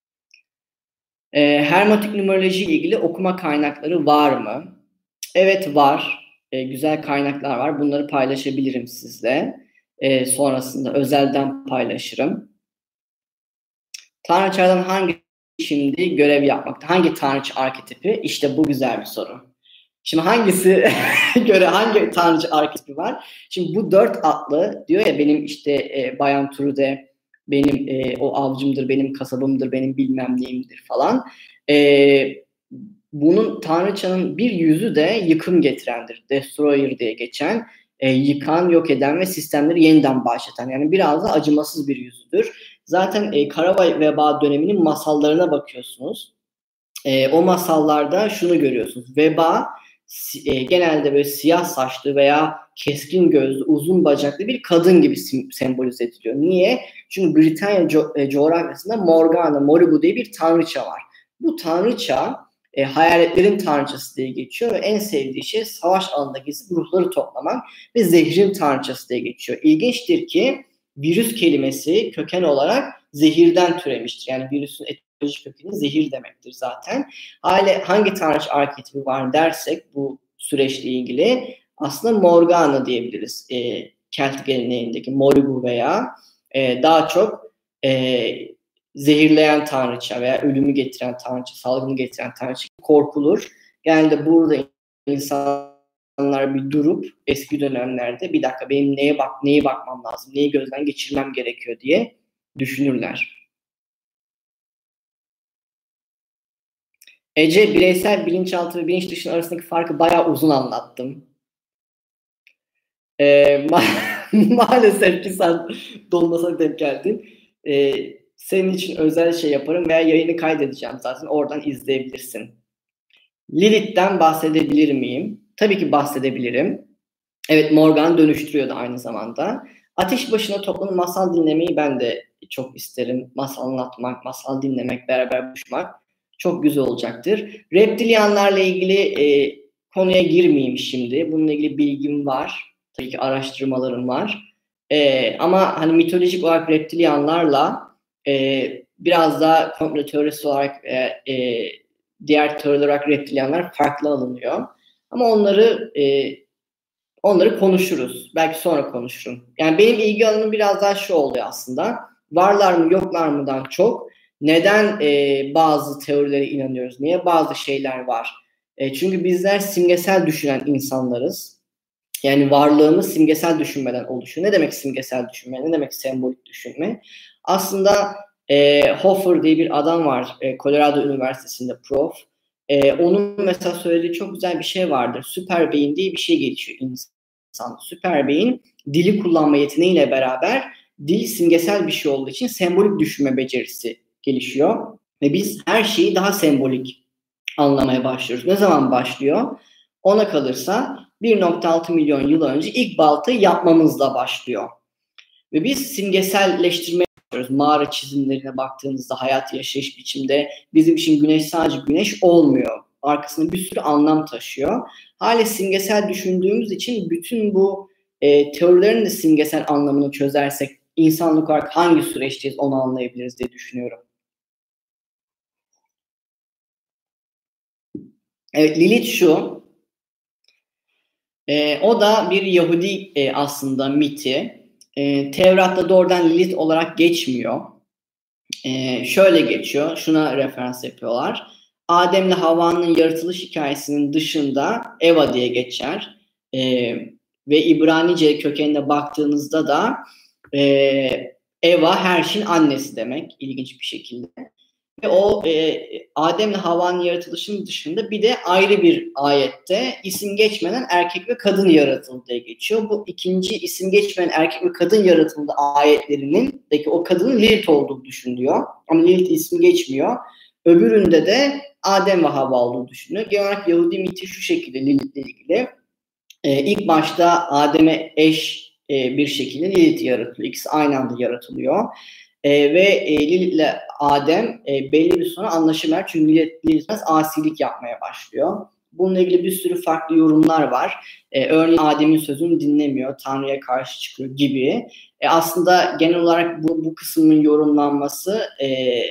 E, hermetik numeroloji ile ilgili okuma kaynakları var mı? Evet, var. E, güzel kaynaklar var. Bunları paylaşabilirim sizle. E, sonrasında özelden paylaşırım. Tanrıçalardan hangi şimdi görev yapmakta? Hangi tanrıça arketipi? İşte bu güzel bir soru. Şimdi hangisi göre hangi tanrıcı arketipi var? Şimdi bu dört atlı diyor ya, benim işte e, Bayan Trude, benim e, o avcımdır, benim kasabımdır, benim bilmem neyimdir falan. E, bunun tanrıçanın bir yüzü de yıkım getirendir. Destroyer diye geçen, e, yıkan, yok eden ve sistemleri yeniden başlatan. Yani biraz da acımasız bir yüzüdür. Zaten e, Kara Veba döneminin masallarına bakıyorsunuz. E, o masallarda şunu görüyorsunuz. Veba e, genelde böyle siyah saçlı veya keskin gözlü, uzun bacaklı bir kadın gibi sim- sembolize ediliyor. Niye? Çünkü Britanya co- e, coğrafyasında Morgana, Moribu diye bir tanrıça var. Bu tanrıça e, hayaletlerin tanrıçası diye geçiyor ve en sevdiği şey savaş alanında gezip ruhları toplamak ve zehrin tanrıçası diye geçiyor. İlginçtir ki virüs kelimesi köken olarak zehirden türemiştir. Yani virüsün etimolojik kökeni zehir demektir zaten. Hale, hangi tanrıça arketipi var dersek bu süreçle ilgili aslında Morgana diyebiliriz. E, Kelt geleneğindeki Moribu veya e, daha çok e, zehirleyen tanrıça veya ölümü getiren tanrıça, salgını getiren tanrıça korkulur. Genelde burada insanlar bir durup eski dönemlerde bir dakika benim neye bak neye bakmam lazım, neyi gözden geçirmem gerekiyor diye düşünürler. Ece, bireysel bilinçaltı ve bilinç dışının arasındaki farkı bayağı uzun anlattım. Ee, ma- maalesef ki sen dolmasına denk geldin. Ee, senin için özel şey yaparım veya yayını kaydedeceğim zaten. Oradan izleyebilirsin. Lilith'ten bahsedebilir miyim? Tabii ki bahsedebilirim. Evet, Morgan dönüştürüyordu aynı zamanda. Ateş başına toplanıp masal dinlemeyi ben de çok isterim. Masal anlatmak, masal dinlemek, beraber buluşmak çok güzel olacaktır. Reptilyanlarla ilgili e, konuya girmeyeyim şimdi. Bununla ilgili bilgim var. Tabii ki araştırmalarım var. E, ama hani mitolojik olarak reptilyanlarla e, biraz daha komplo teorisi olarak e, e, diğer teoriler olarak reptilyanlar farklı alınıyor. Ama onları e, onları konuşuruz. Belki sonra konuşurum. Yani benim ilgi alanım biraz daha şu oluyor aslında. Varlar mı yoklar mıdan çok. Neden e, bazı teorilere inanıyoruz? Niye bazı şeyler var? E, çünkü bizler simgesel düşünen insanlarız. Yani varlığımız simgesel düşünmeden oluşuyor. Ne demek simgesel düşünme? Ne demek sembolik düşünme? Aslında e, Hoffer diye bir adam var. E, Colorado Üniversitesi'nde prof. E, onun mesela söylediği çok güzel bir şey vardır. Süper beyin diye bir şey geçiyor insan. Süper beyin dili kullanma yeteneğiyle beraber dil simgesel bir şey olduğu için sembolik düşünme becerisi gelişiyor. Ve biz her şeyi daha sembolik anlamaya başlıyoruz. Ne zaman başlıyor? Ona kalırsa bir nokta altı milyon yıl önce ilk baltayı yapmamızla başlıyor. Ve biz simgeselleştirmeye başlıyoruz. Mağara çizimlerine baktığınızda hayat yaşayış biçimde bizim için güneş sadece güneş olmuyor. Arkasında bir sürü anlam taşıyor. Hala simgesel düşündüğümüz için bütün bu e, teorilerin de simgesel anlamını çözersek insanlık olarak hangi süreçteyiz onu anlayabiliriz diye düşünüyorum. Evet, Lilith şu. E, o da bir Yahudi e, aslında miti. E, Tevrat'ta doğrudan Lilith olarak geçmiyor. E, şöyle geçiyor. Şuna referans yapıyorlar. Adem'le Havva'nın yaratılış hikayesinin dışında Eva diye geçer. E, ve İbranice kökenine baktığınızda da e, Eva her şeyin annesi demek. İlginç bir şekilde. Ve o e, Adem'le Havva'nın yaratılışının dışında bir de ayrı bir ayette isim geçmeden erkek ve kadın yaratıldı diye geçiyor. Bu ikinci isim geçmeyen erkek ve kadın yaratıldı ayetlerinin deki o kadının Lilith olduğu düşünülüyor. Ama Lilith ismi geçmiyor. Öbüründe de Adem ve Havva olduğu düşünülüyor. Genel olarak Yahudi miti şu şekilde Lilith'le ilgili. E, ilk başta Adem'e eş e, bir şekilde Lilith yaratılıyor. İkisi aynı anda yaratılıyor. E, ve e, Lilith ile Adem e, belli bir sonra anlaşamıyor. Çünkü Lilith, Lilith asilik yapmaya başlıyor. Bununla ilgili bir sürü farklı yorumlar var. E, örneğin Adem'in sözünü dinlemiyor, Tanrı'ya karşı çıkıyor gibi. E, aslında genel olarak bu, bu kısmın yorumlanması e,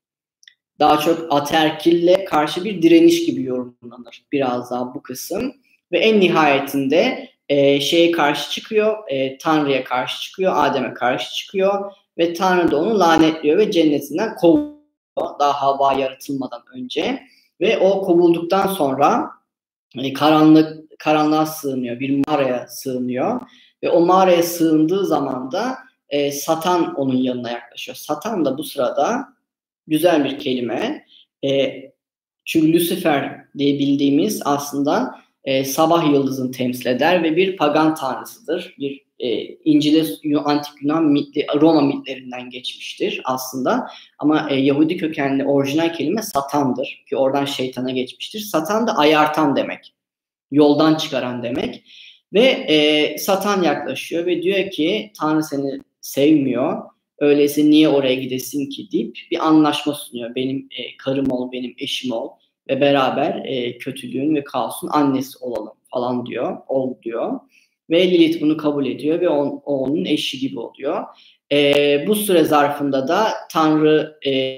daha çok ataerkille karşı bir direniş gibi yorumlanır biraz daha bu kısım. Ve en nihayetinde e, şeye karşı çıkıyor, e, Tanrı'ya karşı çıkıyor, Adem'e karşı çıkıyor. Ve Tanrı da onu lanetliyor ve cennetinden kovuyor daha Havva yaratılmadan önce. Ve o kovulduktan sonra e, karanlık karanlığa sığınıyor, bir mağaraya sığınıyor. Ve o mağaraya sığındığı zaman da e, Satan onun yanına yaklaşıyor. Satan da bu sırada güzel bir kelime. E, çünkü Lucifer diye bildiğimiz aslında e, sabah yıldızını temsil eder ve bir pagan tanrısıdır. Bir e, İncil'e antik Yunan mitli, Roma mitlerinden geçmiştir aslında. Ama e, Yahudi kökenli orijinal kelime Satan'dır ki oradan şeytana geçmiştir. Satan da ayartan demek. Yoldan çıkaran demek. Ve e, Satan yaklaşıyor ve diyor ki Tanrı seni sevmiyor. Öyleyse niye oraya gidesin ki deyip bir anlaşma sunuyor. Benim e, karım ol, benim eşim ol ve beraber e, kötülüğün ve kaosun annesi olalım falan diyor. Ol diyor. Ve Lilith bunu kabul ediyor ve on, o onun eşi gibi oluyor. E, bu süre zarfında da Tanrı e,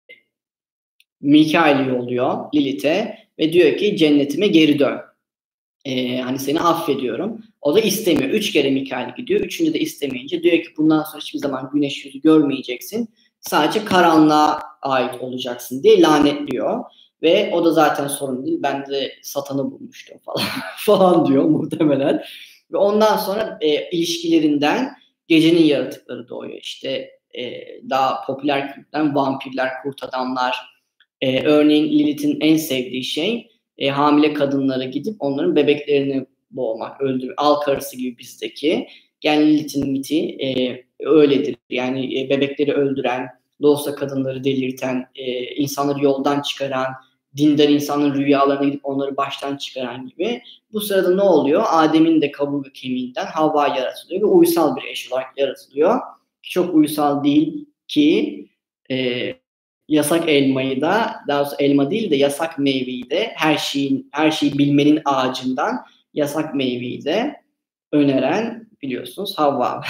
Mikail'i yolluyor Lilith'e ve diyor ki cennetime geri dön. Ee, hani seni affediyorum. O da istemiyor. Üç kere Mikail gidiyor. Üçüncü de istemeyince diyor ki bundan sonra hiçbir zaman güneş yüzü görmeyeceksin. Sadece karanlığa ait olacaksın diye lanetliyor. Ve o da zaten sorun değil. Ben de Satan'ı bulmuştum falan falan diyor muhtemelen. Ve ondan sonra e, ilişkilerinden gecenin yaratıkları doğuyor. İşte e, daha popüler kültürden vampirler, kurt adamlar. E, örneğin Lilith'in en sevdiği şey E, hamile kadınlara gidip onların bebeklerini boğmak, öldürmek, al karısı gibi bizdeki. Yani Lilith'in miti e, öyledir. Yani e, bebekleri öldüren, doğsa kadınları delirten, e, insanları yoldan çıkaran, dindar insanların rüyalarına gidip onları baştan çıkaran gibi. Bu sırada ne oluyor? Adem'in de kabuğu ve kemiğinden Havva yaratılıyor ve uysal bir eş olarak yaratılıyor. Çok uysal değil ki e, yasak elmayı da, daha doğrusu elma değil de yasak meyveyi de her şeyin her şeyi bilmenin ağacından yasak meyveyi de öneren biliyorsunuz Havva.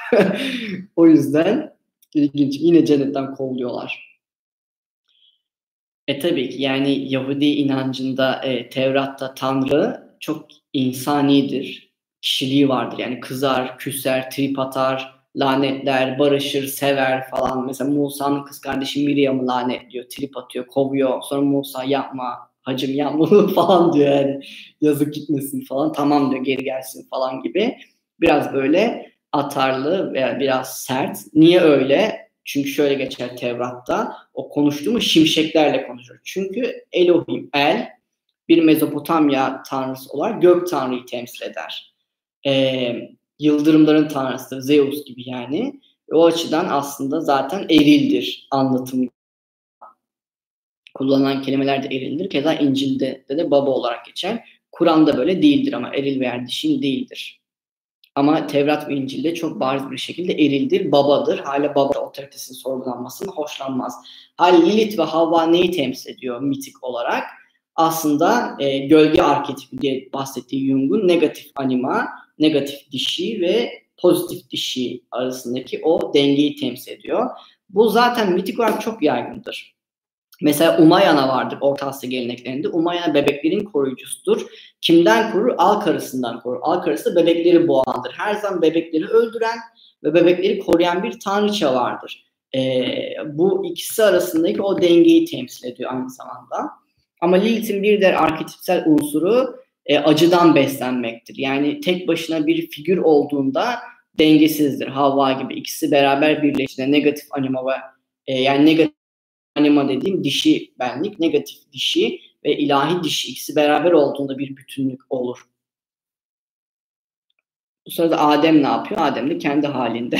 O yüzden ilginç. Yine cennetten kovuluyorlar. E tabii ki yani Yahudi inancında e, Tevrat'ta Tanrı çok insanidir. Kişiliği vardır. Yani kızar, küser, trip atar, lanetler, barışır, sever falan. Mesela Musa'nın kız kardeşi Miriam'ı lanetliyor, trip atıyor, kovuyor. Sonra Musa yapma, hacım yapma falan diyor yani. Yazık gitmesin falan. Tamam diyor, geri gelsin falan gibi. Biraz böyle atarlı veya biraz sert. Niye öyle? Çünkü şöyle geçer Tevrat'ta, o konuştuğumuz şimşeklerle konuşur. Çünkü Elohim, El, bir Mezopotamya tanrısı olarak gök tanrıyı temsil eder. Ee, yıldırımların tanrısı, Zeus gibi yani. O açıdan aslında zaten erildir anlatım. Kullanılan kelimeler de erildir. Keza İncil'de de, de baba olarak geçer. Kur'an'da böyle değildir ama eril veya dişil değildir. Ama Tevrat ve İncil'de çok bariz bir şekilde erildir, babadır. Hala baba otoritesinin sorgulanmasını hoşlanmaz. Hal Lilith ve Havva neyi temsil ediyor mitik olarak? Aslında e, gölge arketipi diye bahsettiği Jung'un negatif anima, negatif dişi ve pozitif dişi arasındaki o dengeyi temsil ediyor. Bu zaten mitik olarak çok yaygındır. Mesela Umayana vardır Orta Asya geleneklerinde. Umayana bebeklerin koruyucusudur. Kimden korur? Al karısından korur. Al karısı da bebekleri boğandır. Her zaman bebekleri öldüren ve bebekleri koruyan bir tanrıça vardır. Ee, bu ikisi arasındaki o dengeyi temsil ediyor aynı zamanda. Ama Lilith'in bir diğer arketipsel unsuru e, acıdan beslenmektir. Yani tek başına bir figür olduğunda dengesizdir. Havva gibi ikisi beraber birleştiğinde negatif anima ve e, yani negatif anima dediğim dişi benlik, negatif dişi ve ilahi dişi ikisi beraber olduğunda bir bütünlük olur. Bu sırada Adem ne yapıyor? Adem de kendi halinde.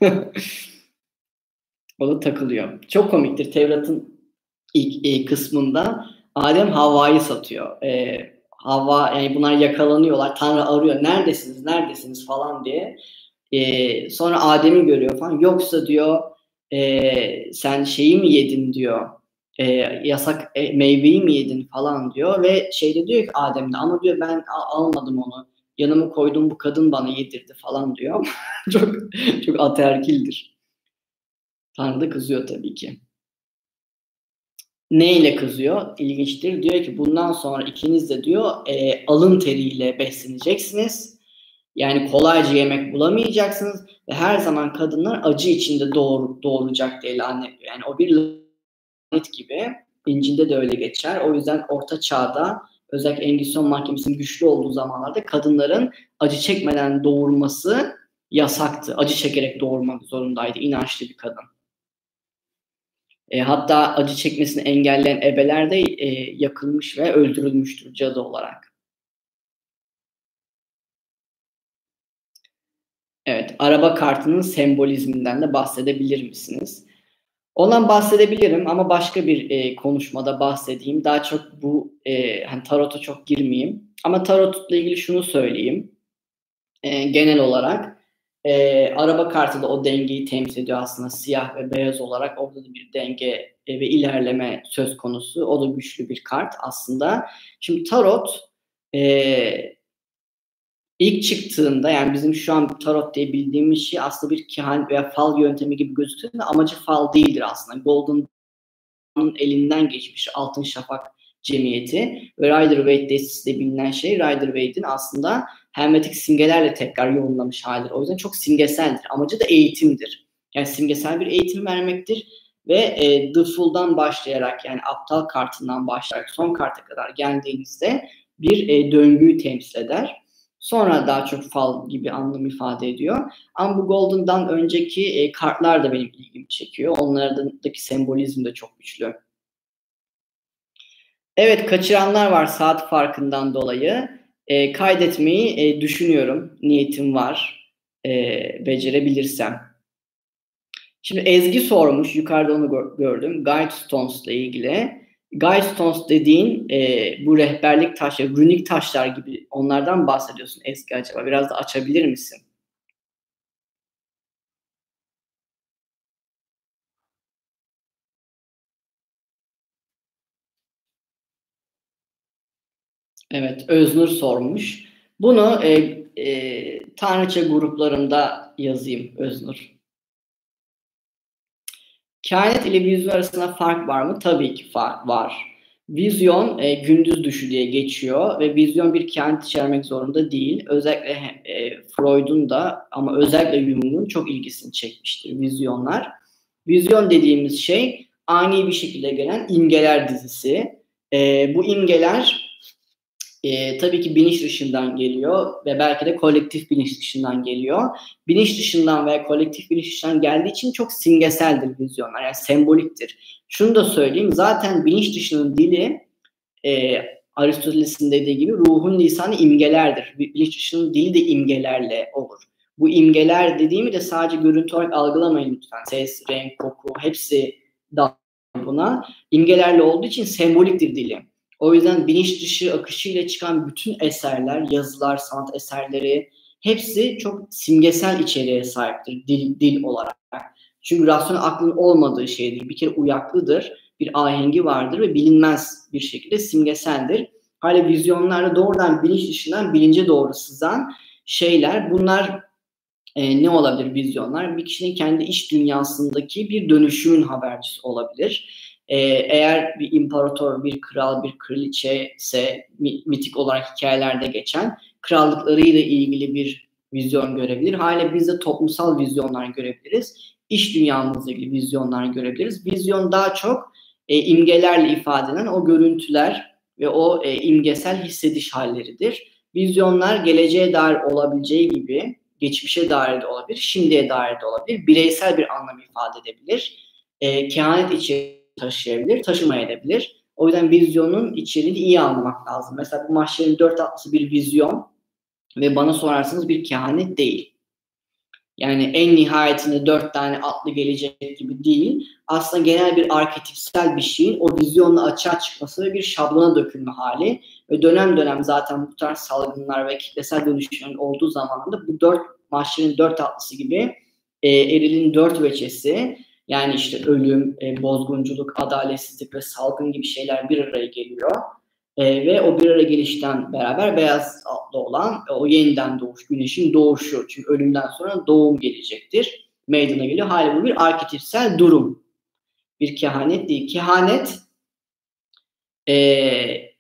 O da takılıyor. Çok komiktir. Tevrat'ın ilk e, kısmında Adem Havva'yı satıyor. E, Havva, yani bunlar yakalanıyorlar. Tanrı arıyor. Neredesiniz? Neredesiniz falan diye. E, sonra Adem'i görüyor falan. Yoksa diyor e, sen şeyi mi yedin diyor. E, yasak e, meyveyi mi yedin falan diyor ve şeyde diyor ki Adem'de ama diyor ben al- almadım onu. Yanıma koyduğum bu kadın bana yedirdi falan diyor. çok çok ataerkildir. Tanrı da kızıyor tabii ki. Neyle kızıyor? İlginçtir. Diyor ki bundan sonra ikiniz de diyor e, alın teriyle besleneceksiniz. Yani kolayca yemek bulamayacaksınız ve her zaman kadınlar acı içinde doğur, doğuracak diye lanetliyor. Yani o bir lanet gibi. İncil'de de öyle geçer. O yüzden Orta Çağ'da özellikle Engizisyon mahkemesinin güçlü olduğu zamanlarda kadınların acı çekmeden doğurması yasaktı. Acı çekerek doğurmak zorundaydı inançlı bir kadın. E, hatta acı çekmesini engelleyen ebeler de e, yakılmış ve öldürülmüştür cadı olarak. Evet, araba kartının sembolizminden de bahsedebilir misiniz? Ondan bahsedebilirim ama başka bir e, konuşmada bahsedeyim. Daha çok bu e, hani tarota çok girmeyeyim. Ama tarotla ilgili şunu söyleyeyim. E, genel olarak e, araba kartı da o dengeyi temsil ediyor aslında siyah ve beyaz olarak. Orada da bir denge e, ve ilerleme söz konusu. O da güçlü bir kart aslında. Şimdi tarot e, ilk çıktığında yani bizim şu an tarot diye bildiğimiz şey aslında bir kehanet veya fal yöntemi gibi gözüküyor da amacı fal değildir aslında. Golden elinden geçmiş Altın Şafak Cemiyeti ve Rider-Waite destesi de bilinen şey Rider-Waite'in aslında hermetik simgelerle tekrar yoğunlamış halidir. O yüzden çok simgeseldir. Amacı da eğitimdir. Yani simgesel bir eğitim vermektir ve e, The Fool'dan başlayarak yani aptal kartından başlayarak son karta kadar geldiğinizde bir e, döngüyü temsil eder. Sonra daha çok fal gibi anlam ifade ediyor. Ama bu Golden'dan önceki e, kartlar da benim ilgimi çekiyor. Onlardaki sembolizm de çok güçlü. Evet, kaçıranlar var saat farkından dolayı. E, kaydetmeyi e, düşünüyorum. Niyetim var. E, becerebilirsem. Şimdi Ezgi sormuş. Yukarıda onu gör- gördüm. Guidestones ile ilgili. Guidestones dediğin e, bu rehberlik taşları, runik taşlar gibi onlardan bahsediyorsun Ezgi acaba. Biraz da açabilir misin? Evet, Öznur sormuş. Bunu e, e, Tanrıça gruplarında yazayım Öznur. Kainat ile vizyon arasında fark var mı? Tabii ki fark var. Vizyon e, gündüz düşü diye geçiyor ve vizyon bir kainat içermek zorunda değil. Özellikle e, Freud'un da ama özellikle Jung'un çok ilgisini çekmiştir vizyonlar. Vizyon dediğimiz şey ani bir şekilde gelen imgeler dizisi. E, bu imgeler E, tabii ki bilinç dışından geliyor ve belki de kolektif bilinç dışından geliyor. Bilinç dışından veya kolektif bilinç dışından geldiği için çok simgeseldir vizyonlar, yani semboliktir. Şunu da söyleyeyim, zaten bilinç dışının dili e, Aristoteles'in dediği gibi ruhun lisanı imgelerdir. Bilinç dışının dili de imgelerle olur. Bu imgeler dediğimi de sadece görüntü olarak algılamayın lütfen. Ses, renk, koku hepsi dahil buna. İmgelerle olduğu için semboliktir dili. O yüzden bilinç dışı akışıyla çıkan bütün eserler, yazılar, sanat eserleri hepsi çok simgesel içeriğe sahiptir dil, dil olarak. Çünkü rasyonel aklın olmadığı şeydir. Bir kere uyaklıdır, bir ahengi vardır ve bilinmez bir şekilde simgeseldir. Hala vizyonlarda doğrudan bilinç dışından bilince doğru sızan şeyler. Bunlar e, ne olabilir vizyonlar? Bir kişinin kendi iç dünyasındaki bir dönüşümün habercisi olabilir. Ee, eğer bir imparator, bir kral, bir kraliçe ise mitik olarak hikayelerde geçen krallıklarıyla ilgili bir vizyon görebilir. Hala biz de toplumsal vizyonlar görebiliriz. İş dünyamızla ilgili vizyonlar görebiliriz. Vizyon daha çok e, imgelerle ifade edilen o görüntüler ve o e, imgesel hissediş halleridir. Vizyonlar geleceğe dair olabileceği gibi geçmişe dair de olabilir, şimdiye dair de olabilir. Bireysel bir anlam ifade edebilir. E, kehanet içi taşıyabilir, taşımayabilir. O yüzden vizyonun içeriğini iyi anlamak lazım. Mesela bu Mahşer'in dört atlısı bir vizyon ve bana sorarsanız bir kehanet değil. Yani en nihayetinde dört tane atlı gelecek gibi değil. Aslında genel bir arketipsel bir şeyin o vizyonla açığa çıkması ve bir şablona dökülme hali. Ve dönem dönem zaten bu tarz salgınlar ve kitlesel dönüşümlerin olduğu zamanında bu dört Mahşer'in dört atlısı gibi e, erilin dört veçesi, yani işte ölüm, e, bozgunculuk, adaletsizlik ve salgın gibi şeyler bir araya geliyor. E, ve o bir araya gelişten beraber beyaz atlı olan e, o yeniden doğuş, güneşin doğuşu. Çünkü ölümden sonra doğum gelecektir. Meydana geliyor. Hali bu bir arketipsel durum. Bir kehanet değil. Kehanet e,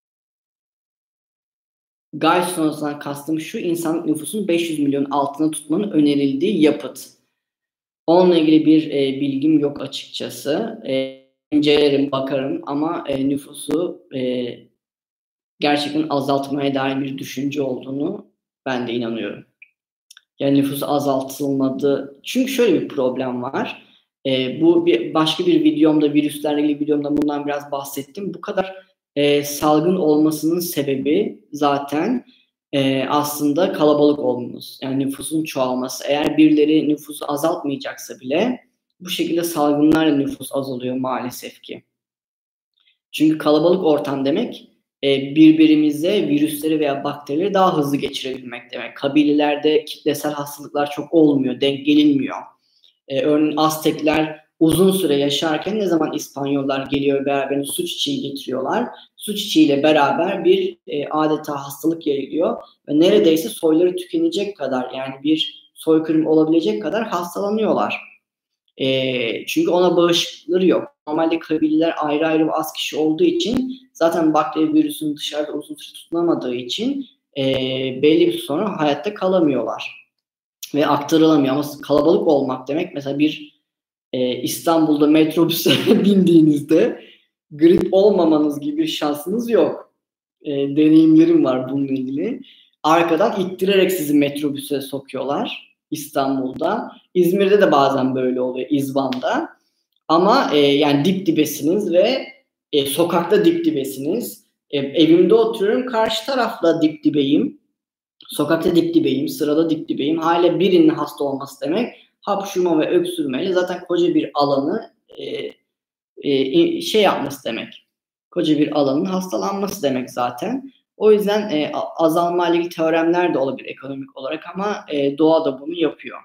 Gay sonrasından kastım şu: insanlık nüfusunun beş yüz milyon altına tutmanın önerildiği yapıt. Onunla ilgili bir e, bilgim yok açıkçası. E, incelerim, bakarım ama e, nüfusu e, gerçekten azaltmaya dair bir düşünce olduğunu ben de inanıyorum. Yani nüfus azaltılmadı. Çünkü şöyle bir problem var. E, bu bir başka bir videomda, virüslerle ilgili videomda bundan biraz bahsettim. Bu kadar e, salgın olmasının sebebi zaten e, aslında kalabalık olmamız. Yani nüfusun çoğalması. Eğer birileri nüfusu azaltmayacaksa bile bu şekilde salgınlarla nüfus azalıyor maalesef ki. Çünkü kalabalık ortam demek birbirimize virüsleri veya bakterileri daha hızlı geçirebilmek demek. Kabilelerde kitlesel hastalıklar çok olmuyor, denk gelinmiyor. Ee, örneğin Aztekler uzun süre yaşarken ne zaman İspanyollar geliyor beraberinde su çiçeği getiriyorlar. Su çiçeğiyle beraber bir e, adeta hastalık yayılıyor ve neredeyse soyları tükenecek kadar, yani bir soykırım olabilecek kadar hastalanıyorlar. E, çünkü ona bağışıklıkları yok. Normalde kabileler ayrı ayrı az kişi olduğu için zaten bakteri virüsün dışarıda uzun süre tutunamadığı için e, belli bir süre sonra hayatta kalamıyorlar. Ve aktarılamıyor. Ama kalabalık olmak demek, mesela bir e, İstanbul'da metrobüse bindiğinizde grip olmamanız gibi bir şansınız yok. E, deneyimlerim var bununla ilgili. Arkadan ittirerek sizi metrobüse sokuyorlar İstanbul'da. İzmir'de de bazen böyle oluyor, İzban'da. Ama e, yani dip dibesiniz ve e, sokakta dip dibesiniz. E, evimde oturuyorum, karşı tarafla dip dibeyim. Sokakta dip dibeyim, sırada dip dibeyim. Hala birinin hasta olması demek hapşurma ve öksürmeyle zaten koca bir alanı e, e, şey yapması demek. Koca bir alanın hastalanması demek zaten. O yüzden e, azalma ile ilgili teoremler de olabilir ekonomik olarak ama e, doğa da bunu yapıyor.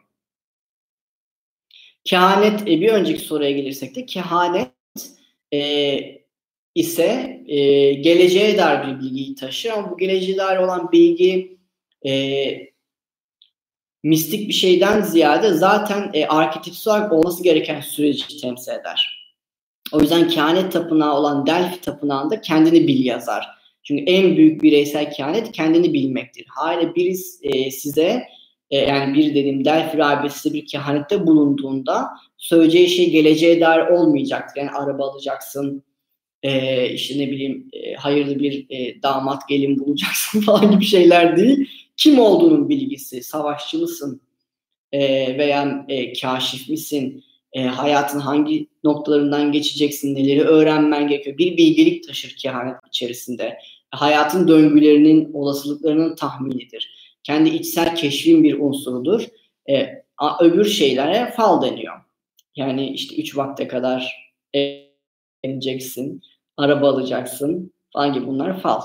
Kehanet, e, bir önceki soruya gelirsek de kehanet e, ise e, geleceğe dair bir bilgiyi taşır ama bu geleceğe dair olan bilgi e, mistik bir şeyden ziyade zaten e, arketipsel olarak olması gereken süreci temsil eder. O yüzden kehanet tapınağı olan Delphi tapınağında kendini bil yazar. Çünkü en büyük bireysel kehanet kendini bilmektir. Hala biri e, size e, yani bir dediğim Delphi rahibesi bir kehanette bulunduğunda söyleyeceği şey geleceğe dair olmayacaktır. Yani araba alacaksın, e, işte ne bileyim e, hayırlı bir e, damat gelin bulacaksın falan gibi şeyler değil. Kim olduğunun bilgisi, savaşçı mısın e, veya e, kaşif misin, e, hayatın hangi noktalarından geçeceksin, neleri öğrenmen gerekiyor. Bir bilgelik taşır kehanet içerisinde. Hayatın döngülerinin, olasılıklarının tahminidir. Kendi içsel keşfin bir unsurudur. E, a, öbür şeylere fal deniyor. Yani işte üç vakte kadar evleneceksin, araba alacaksın falan gibi, bunlar fal.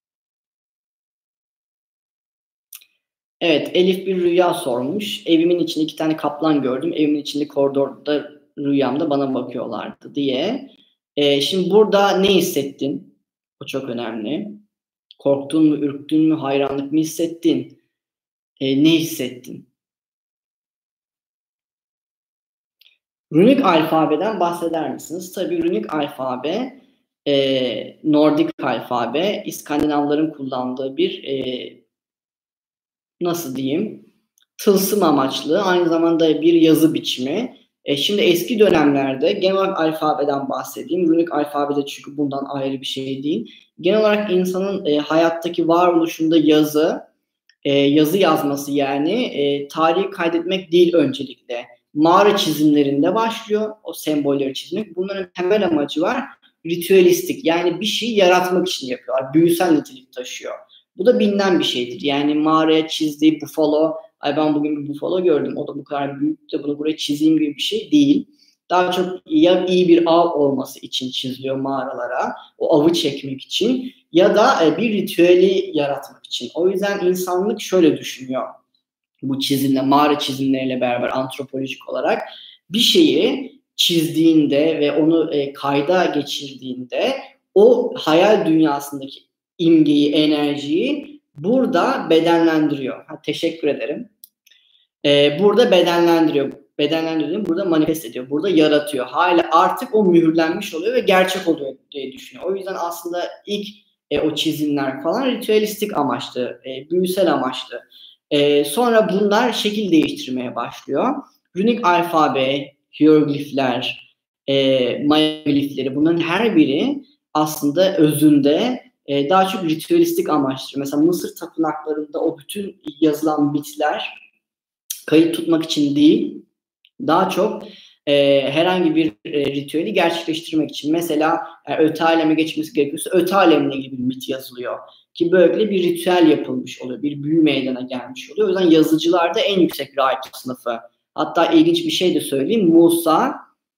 Evet, Elif bir rüya sormuş. Evimin içinde iki tane kaplan gördüm. Evimin içinde koridorda rüyamda bana bakıyorlardı diye. Ee, şimdi burada ne hissettin? O çok önemli. Korktun mu, ürktün mü, hayranlık mı hissettin? Ee, ne hissettin? Runik alfabeden bahseder misiniz? Tabii runik alfabe, e, Nordik alfabe, İskandinavların kullandığı bir e, nasıl diyeyim, tılsım amaçlı, aynı zamanda bir yazı biçimi. E, şimdi eski dönemlerde genel olarak alfabeden bahsedeyim. Runik alfabede çünkü bundan ayrı bir şey değil. Genel olarak insanın e, hayattaki varoluşunda yazı, e, yazı yazması yani e, tarihi kaydetmek değil öncelikle. Mağara çizimlerinde başlıyor o sembolleri çizmek. Bunların temel amacı var. Ritüelistik, yani bir şey yaratmak için yapıyorlar. Büyüsel nitelik taşıyor. Bu da bilinen bir şeydir. Yani mağaraya çizdiği bufalo, ay ben bugün bir bufalo gördüm, o da bu kadar büyük de bunu buraya çizeyim gibi bir şey değil. Daha çok ya iyi bir av olması için çiziliyor mağaralara, o avı çekmek için, ya da e, bir ritüeli yaratmak için. O yüzden insanlık şöyle düşünüyor bu çizimle, mağara çizimleriyle beraber antropolojik olarak bir şeyi çizdiğinde ve onu e, kayda geçirdiğinde o hayal dünyasındaki imgeyi, enerjiyi burada bedenlendiriyor. Ha, teşekkür ederim. Ee, burada bedenlendiriyor. Bedenlendiriyor, burada manifest ediyor. Burada yaratıyor. Hala artık o mühürlenmiş oluyor ve gerçek oluyor diye düşünüyor. O yüzden aslında ilk e, o çizimler falan ritüelistik amaçlı, e, büyüsel amaçlı. E, sonra bunlar şekil değiştirmeye başlıyor. Runik alfabe, hieroglifler, e, Maya glifleri, bunların her biri aslında özünde e, daha çok ritüelistik amaçlı. Mesela Mısır tapınaklarında o bütün yazılan bitler kayıt tutmak için değil, daha çok e, herhangi bir e, ritüeli gerçekleştirmek için. Mesela yani öte aleme geçmesi gerekiyorsa öte alemle ilgili bir mit yazılıyor. Ki böyle bir ritüel yapılmış oluyor. Bir büyü meydana gelmiş oluyor. O yüzden yazıcılarda en yüksek rahip sınıfı. Hatta ilginç bir şey de söyleyeyim. Musa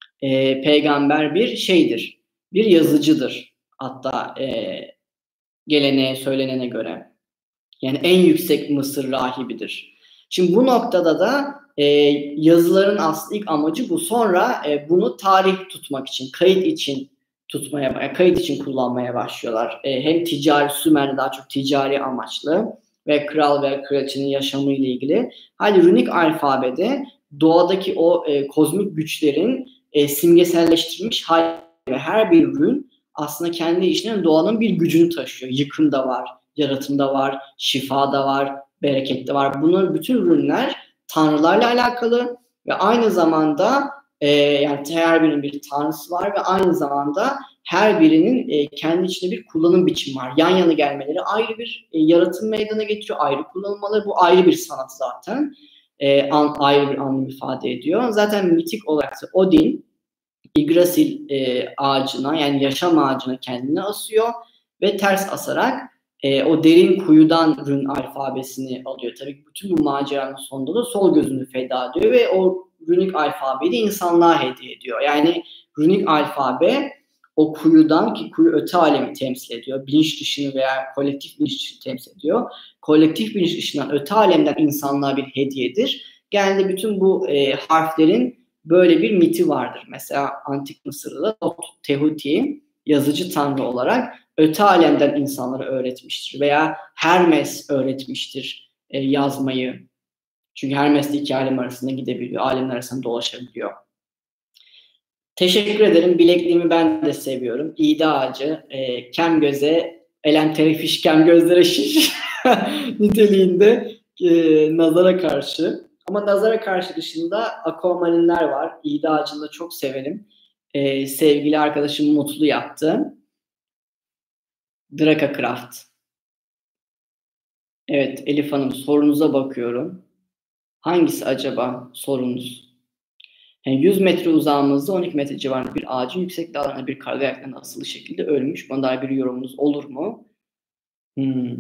e, peygamber bir şeydir. Bir yazıcıdır. Hatta e, geleneğe, söylenene göre. Yani en yüksek Mısır rahibidir. Şimdi bu noktada da e, yazıların aslı ilk amacı bu. Sonra e, bunu tarih tutmak için, kayıt için tutmaya, kayıt için kullanmaya başlıyorlar. E, hem ticari, Sümer'de daha çok ticari amaçlı ve kral ve kraliçenin yaşamı ile ilgili. Hali runik alfabede doğadaki o e, kozmik güçlerin e, simgeselleştirilmiş hali ve her bir ürün aslında kendi içinde doğanın bir gücünü taşıyor. Yıkım da var, yaratım da var, şifa da var, bereket de var. Bunların bütün ürünler tanrılarla alakalı ve aynı zamanda e, yani her birinin bir tanrısı var ve aynı zamanda her birinin e, kendi içinde bir kullanım biçimi var. Yan yana gelmeleri ayrı bir e, yaratım meydana getiriyor, ayrı kullanılmaları, bu ayrı bir sanat zaten. E, an, ayrı bir anlam ifade ediyor. Zaten mitik olarak Odin Yggdrasil e, ağacına, yani yaşam ağacına kendini asıyor ve ters asarak e, o derin kuyudan rün alfabesini alıyor. Tabii bütün bu maceranın sonunda da sol gözünü feda ediyor ve o runik alfabeyi de insanlığa hediye ediyor. Yani runik alfabe o kuyudan, ki kuyu öte alemi temsil ediyor, bilinç dışını veya kolektif bilinç dışını temsil ediyor. Kolektif bilinç dışından, öte alemden insanlığa bir hediyedir. Genelde bütün bu e, harflerin böyle bir miti vardır. Mesela Antik Mısır'da Tehuti yazıcı tanrı olarak öte alemden insanlara öğretmiştir. Veya Hermes öğretmiştir e, yazmayı. Çünkü Hermes de iki alem arasında gidebiliyor. Alemler arasında dolaşabiliyor. Teşekkür ederim. Bilekliğimi ben de seviyorum. İğde ağacı, e, kem göze, elem terefiş, kem gözlere şiş niteliğinde e, nazara karşı. Ama nazara karşı dışında aquamarinler var. İğde ağacını da çok severim. Ee, sevgili arkadaşım Mutlu yaptı. Dracakraft. Evet, Elif Hanım sorunuza bakıyorum. Hangisi acaba sorunuz? Yani yüz metre uzağımızda on iki metre civarında bir ağacın yüksek dallarına bir karga ayaklarına asılı şekilde ölmüş. Buna dair bir yorumunuz olur mu? Hmm.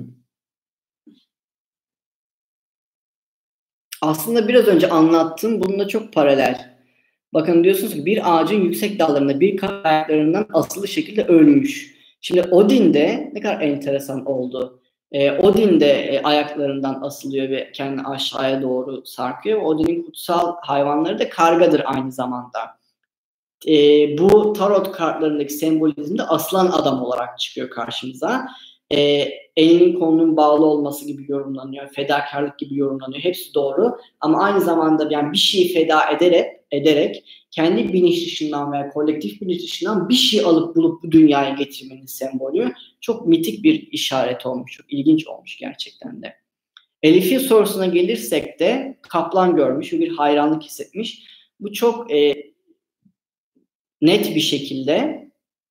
Aslında biraz önce anlattığım bununla çok paralel. Bakın diyorsunuz ki bir ağacın yüksek dallarında bir karga ayaklarından asılı şekilde ölmüş. Şimdi Odin de ne kadar enteresan oldu. Ee, Odin de e, ayaklarından asılıyor ve kendini aşağıya doğru sarkıyor. Odin'in kutsal hayvanları da kargadır aynı zamanda. E, bu tarot kartlarındaki sembolizmde aslan adam olarak çıkıyor karşımıza. E, elinin kolunun bağlı olması gibi yorumlanıyor, fedakarlık gibi yorumlanıyor. Hepsi doğru. Ama aynı zamanda yani bir şeyi feda ederek, ederek kendi bilinç dışından veya kolektif bilinç dışından bir şey alıp bulup bu dünyaya getirmenin sembolü. Çok mitik bir işaret olmuş, çok ilginç olmuş gerçekten de. Elif'in sorusuna gelirsek de kaplan görmüş ve bir hayranlık hissetmiş. Bu çok e, net bir şekilde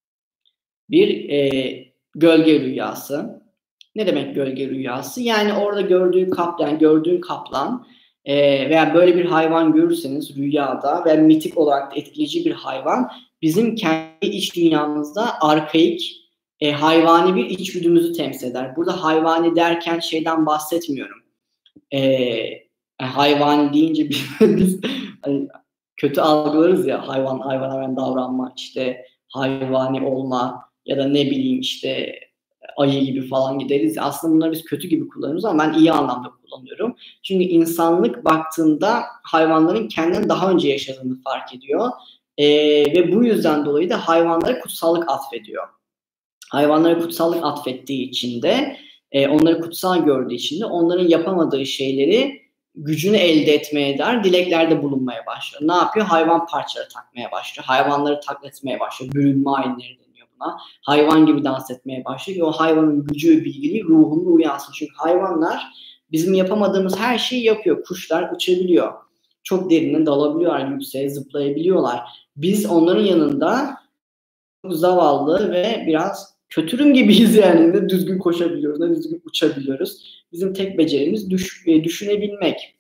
bir e, gölge rüyası. Ne demek gölge rüyası? Yani orada gördüğü kaplan, gördüğün kaplan e, veya böyle bir hayvan görürseniz rüyada ve mitik olarak da etkileyici bir hayvan bizim kendi iç dünyamızda arkaik e, hayvani bir içgüdümüzü temsil eder. Burada hayvani derken şeyden bahsetmiyorum. E, hayvani deyince biz hani, kötü algılarız ya hayvan hayvan hayvan davranma işte hayvani olma ya da ne bileyim işte ayı gibi falan gideriz. Aslında bunları biz kötü gibi kullanıyoruz ama ben iyi anlamda kullanıyorum. Çünkü insanlık baktığında hayvanların kendinden daha önce yaşadığını fark ediyor. Ee, ve bu yüzden dolayı da hayvanlara kutsallık atfediyor. Hayvanlara kutsallık atfettiği için de e, onları kutsal gördüğü için de onların yapamadığı şeyleri gücünü elde etmeye dair dileklerde bulunmaya başlıyor. Ne yapıyor? Hayvan parçaları takmaya başlıyor. Hayvanları taklit etmeye başlıyor. Bürünme ayinleri deniyor buna. Hayvan gibi dans etmeye başlıyor ki o hayvanın gücü, bilgiliği ruhunu uyansın. Çünkü hayvanlar bizim yapamadığımız her şeyi yapıyor. Kuşlar uçabiliyor. Çok derine dalabiliyorlar, yükseğe zıplayabiliyorlar. Biz onların yanında zavallı ve biraz kötürüm gibiyiz yani. Ne düzgün koşabiliyoruz, ne düzgün uçabiliyoruz. Bizim tek becerimiz düş, e, düşünebilmek.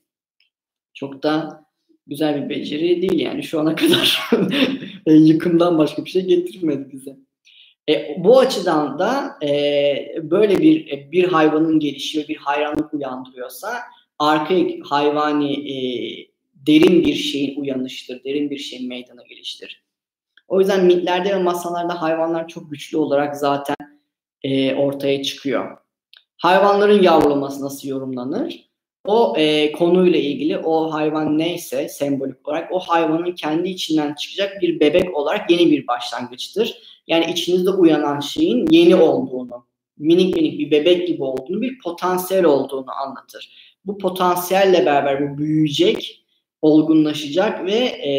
Çok da güzel bir beceri değil yani şu ana kadar e, yıkımdan başka bir şey getirmedi bize. E, bu açıdan da e, böyle bir e, bir hayvanın gelişi ve bir hayranlık uyandırıyorsa arkaik hayvani e, derin bir şeyin uyanıştır, derin bir şeyin meydana geliştir. O yüzden mitlerde ve masallarda hayvanlar çok güçlü olarak zaten e, ortaya çıkıyor. Hayvanların yavrulaması nasıl yorumlanır? O e, konuyla ilgili o hayvan neyse sembolik olarak o hayvanın kendi içinden çıkacak bir bebek olarak yeni bir başlangıçtır. Yani içinizde uyanan şeyin yeni olduğunu, minik minik bir bebek gibi olduğunu, bir potansiyel olduğunu anlatır. Bu potansiyelle beraber bu büyüyecek, olgunlaşacak ve e,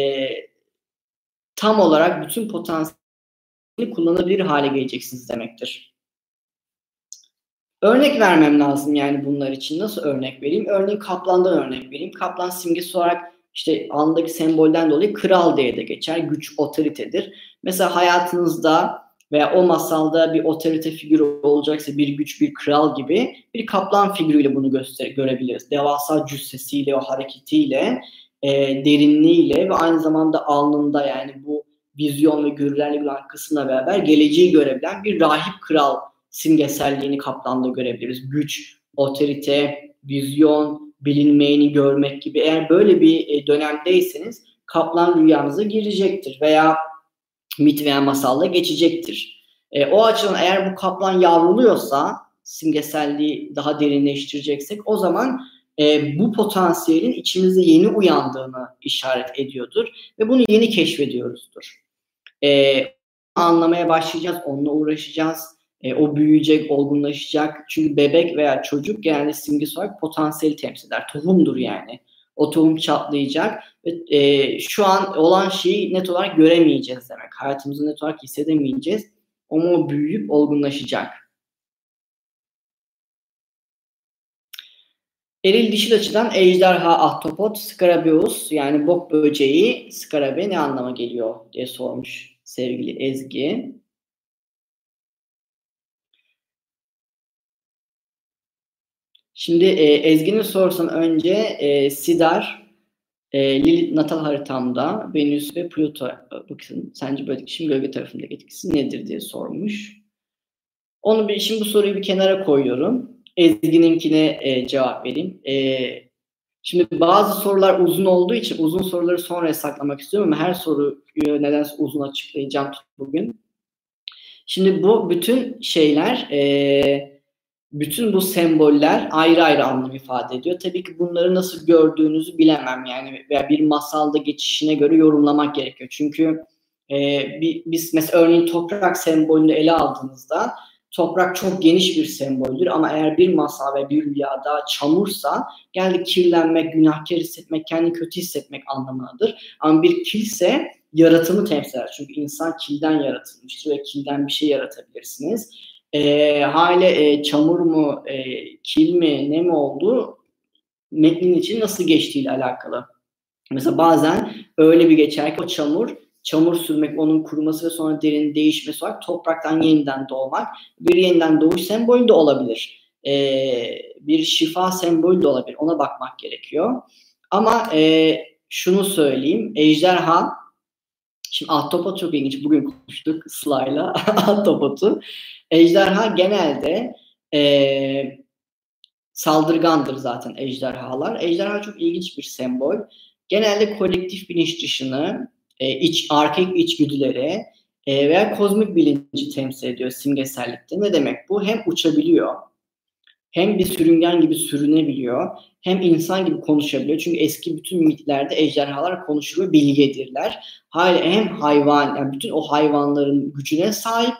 tam olarak bütün potansiyelini kullanabilir hale geleceksiniz demektir. Örnek vermem lazım yani bunlar için. Nasıl örnek vereyim? Örneğin kaplandan örnek vereyim. Kaplan simgesi olarak işte andaki sembolden dolayı kral diye de geçer. Güç, otoritedir. Mesela hayatınızda veya o masalda bir otorite figürü olacaksa bir güç, bir kral gibi bir kaplan figürüyle bunu göster görebiliriz. Devasa cüssesiyle, o hareketiyle, e, derinliğiyle ve aynı zamanda alnında yani bu vizyon ve görülerle olan kısımla beraber geleceği görebilen bir rahip kral simgeselliğini kaplanda görebiliriz. Güç, otorite, vizyon, bilinmeyeni görmek gibi. Eğer böyle bir dönemdeyseniz kaplan rüyanıza girecektir veya mit veya masalla geçecektir. E, o açıdan eğer bu kaplan yavruluyorsa simgeselliği daha derinleştireceksek o zaman e, bu potansiyelin içimizde yeni uyandığını işaret ediyordur ve bunu yeni keşfediyoruzdur. E, anlamaya başlayacağız, onunla uğraşacağız. E, o büyüyecek, olgunlaşacak. Çünkü bebek veya çocuk genelde simgesi olarak potansiyeli temsil eder. Tohumdur yani. O tohum çatlayacak ve e, şu an olan şeyi net olarak göremeyeceğiz demek. Hayatımızı net olarak hissedemeyeceğiz. Ama o büyüyüp olgunlaşacak. Eril dişil açıdan ejderha, ahtapot, skarabeus yani bok böceği, skarabe ne anlama geliyor diye sormuş sevgili Ezgi. Şimdi e, Ezgi'nin sorusundan önce e, Sidar, e, Lilith natal haritamda Venüs ve Plüto bakın sence böyle şimdi gölge tarafındaki etkisi nedir diye sormuş. Onu bir şimdi bu soruyu bir kenara koyuyorum. Ezgi'ninkine e, cevap vereyim. E, şimdi bazı sorular uzun olduğu için uzun soruları sonraya saklamak istiyorum ama her soruyu nedense uzun açıklayacağım bugün. Şimdi bu bütün şeyler e, bütün bu semboller ayrı ayrı anlam ifade ediyor. Tabii ki bunları nasıl gördüğünüzü bilemem yani veya bir masalda geçişine göre yorumlamak gerekiyor. Çünkü e, bir, biz mesela örneğin toprak sembolünü ele aldığınızda toprak çok geniş bir semboldür ama eğer bir masal ve bir rüyada çamursa geldi kirlenmek, günahkar hissetmek, kendini kötü hissetmek anlamındadır. Ama bir kilse yaratımı temsil eder. Çünkü insan kilden yaratılmıştır ve kilden bir şey yaratabilirsiniz. E, hale e, çamur mu, e, kil mi, ne mi olduğu metnin için nasıl geçtiğiyle alakalı. Mesela bazen öyle bir geçer ki o çamur, çamur sürmek, onun kuruması ve sonra derinin değişmesi olarak topraktan yeniden doğmak bir yeniden doğuş sembolü de olabilir. E, bir şifa sembolü de olabilir. Ona bakmak gerekiyor. Ama e, şunu söyleyeyim, ejderha, şimdi ahtapot çok ilginç. Bugün konuştuk Sıla'yla ahtapotu. Ejderha genelde e, saldırgandır zaten ejderhalar. Ejderha çok ilginç bir sembol. Genelde kolektif bilinç dışını, e, iç, arkaik içgüdüleri e, veya kozmik bilinci temsil ediyor simgesellikte. Ne demek bu? Hem uçabiliyor, hem bir sürüngen gibi sürünebiliyor, hem insan gibi konuşabiliyor. Çünkü eski bütün mitlerde ejderhalar konuşur ve bilgedirler. Hem hayvan, yani bütün o hayvanların gücüne sahip,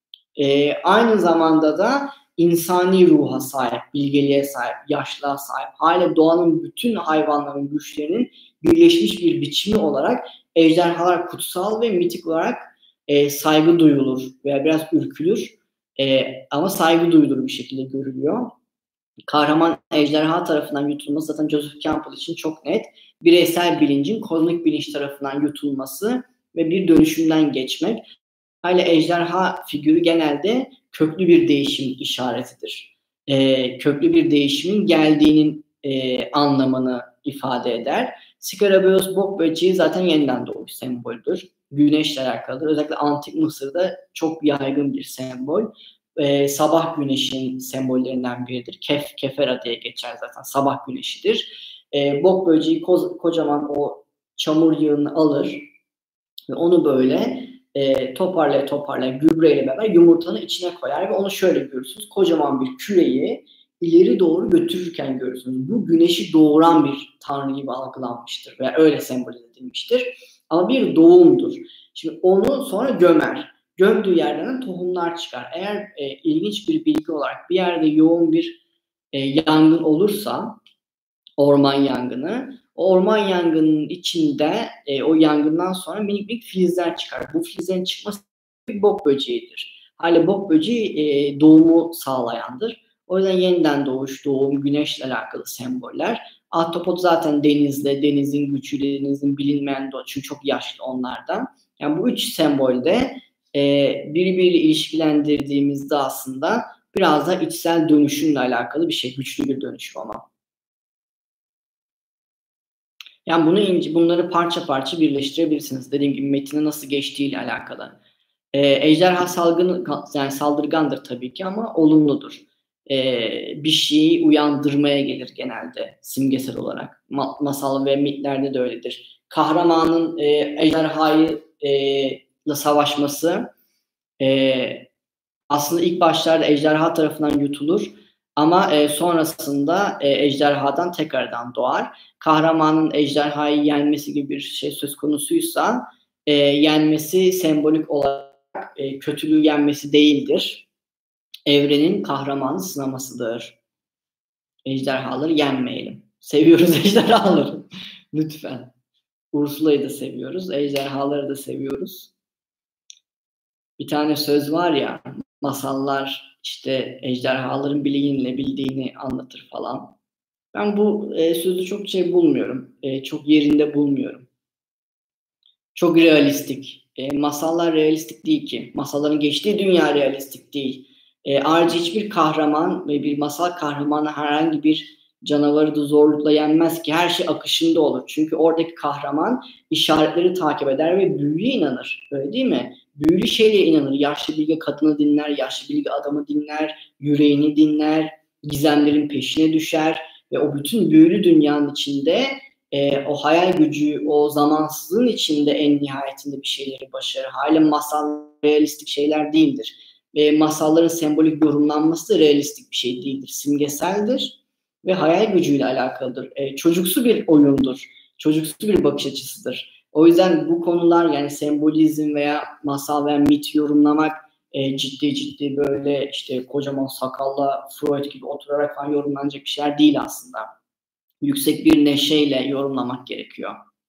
e, aynı zamanda da insani ruha sahip, bilgeliğe sahip, yaşlığa sahip. Hala doğanın bütün hayvanların güçlerinin birleşmiş bir biçimi olarak ejderhalar kutsal ve mitik olarak e, saygı duyulur veya biraz ürkülür. E, ama saygı duyulur bir şekilde görülüyor. Kahraman ejderha tarafından yutulması zaten Joseph Campbell için çok net. Bireysel bilincin kozmik bilinç tarafından yutulması ve bir dönüşümden geçmek. Hala ejderha figürü genelde köklü bir değişim işaretidir. Ee, köklü bir değişimin geldiğinin e, anlamını ifade eder. Skarabäus bok böceği zaten yeniden doğuş sembolüdür. Güneşle alakalıdır. Özellikle Antik Mısır'da çok yaygın bir sembol. Ee, sabah güneşinin sembollerinden biridir. Kef, kefera diye geçer zaten. Sabah güneşidir. Ee, bok böceği ko- kocaman o çamur yığını alır ve onu böyle e, toparlaya toparlaya gübreyle beraber yumurtanın içine koyar ve onu şöyle görürsünüz. Kocaman bir küreyi ileri doğru götürürken görürsünüz. Bu güneşi doğuran bir tanrı gibi algılanmıştır veya öyle sembolize edilmiştir. Ama bir doğumdur. Şimdi onu sonra gömer. Gömdüğü yerden tohumlar çıkar. Eğer e, ilginç bir bilgi olarak bir yerde yoğun bir e, yangın olursa, orman yangını, o orman yangının içinde e, o yangından sonra minik minik filizler çıkar. Bu filizlerin çıkması bir bok böceğidir. Hala bok böceği e, doğumu sağlayandır. O yüzden yeniden doğuş, doğum, güneşle alakalı semboller. Ahtapot zaten denizle, denizin gücüyle, denizin bilinmeyen doğu. Çünkü çok yaşlı onlardan. Yani bu üç sembolde e, birbiriyle ilişkilendirdiğimizde aslında biraz da içsel dönüşümle alakalı bir şey. Güçlü bir dönüşüm ama. Yani bunu ince, bunları parça parça birleştirebilirsiniz. Dediğim gibi metine nasıl geçtiğiyle alakalı. Ee, ejderha salgını, yani saldırgandır tabii ki ama olumludur. Ee, bir şeyi uyandırmaya gelir genelde simgesel olarak. Ma- masal ve mitlerde de öyledir. Kahramanın e, ejderhayla e, savaşması e, aslında ilk başlarda ejderha tarafından yutulur ama e, sonrasında e, ejderhadan tekrardan doğar. Kahramanın ejderhayı yenmesi gibi bir şey söz konusuysa e, yenmesi sembolik olarak e, kötülüğü yenmesi değildir. Evrenin kahramanı sınamasıdır. Ejderhaları yenmeyelim. Seviyoruz ejderhaları. Lütfen. Ursula'yı da seviyoruz. Ejderhaları da seviyoruz. Bir tane söz var ya, masallar işte ejderhaların bileğinle bildiğini anlatır falan. Ben bu e, sözü çok şey bulmuyorum. E, çok yerinde bulmuyorum. Çok realistik. E, masallar realistik değil ki. Masalların geçtiği dünya realistik değil. Eee, ayrıca hiçbir kahraman ve bir masal kahramanı herhangi bir canavarı da zorlukla yenmez ki. Her şey akışında olur. Çünkü oradaki kahraman işaretleri takip eder ve büyüye inanır. Öyle değil mi? Büyülü şeylere inanır. Yaşlı bilge kadını dinler, yaşlı bilge adamı dinler, yüreğini dinler, gizemlerin peşine düşer ve o bütün büyülü dünyanın içinde eee, o hayal gücü, o zamansızlığın içinde en nihayetinde bir şeyleri başarır. Hâlâ masal realistik şeyler değildir. Ve masalların sembolik yorumlanması da realistik bir şey değildir. Simgeseldir ve hayal gücüyle alakalıdır. E, çocuksu bir oyundur. Çocuksu bir bakış açısıdır. O yüzden bu konular yani sembolizm veya masal veya mit yorumlamak e, ciddi ciddi böyle işte kocaman sakalla Freud gibi oturarak falan yorumlanacak bir şeyler değil aslında. Yüksek bir neşeyle yorumlamak gerekiyor.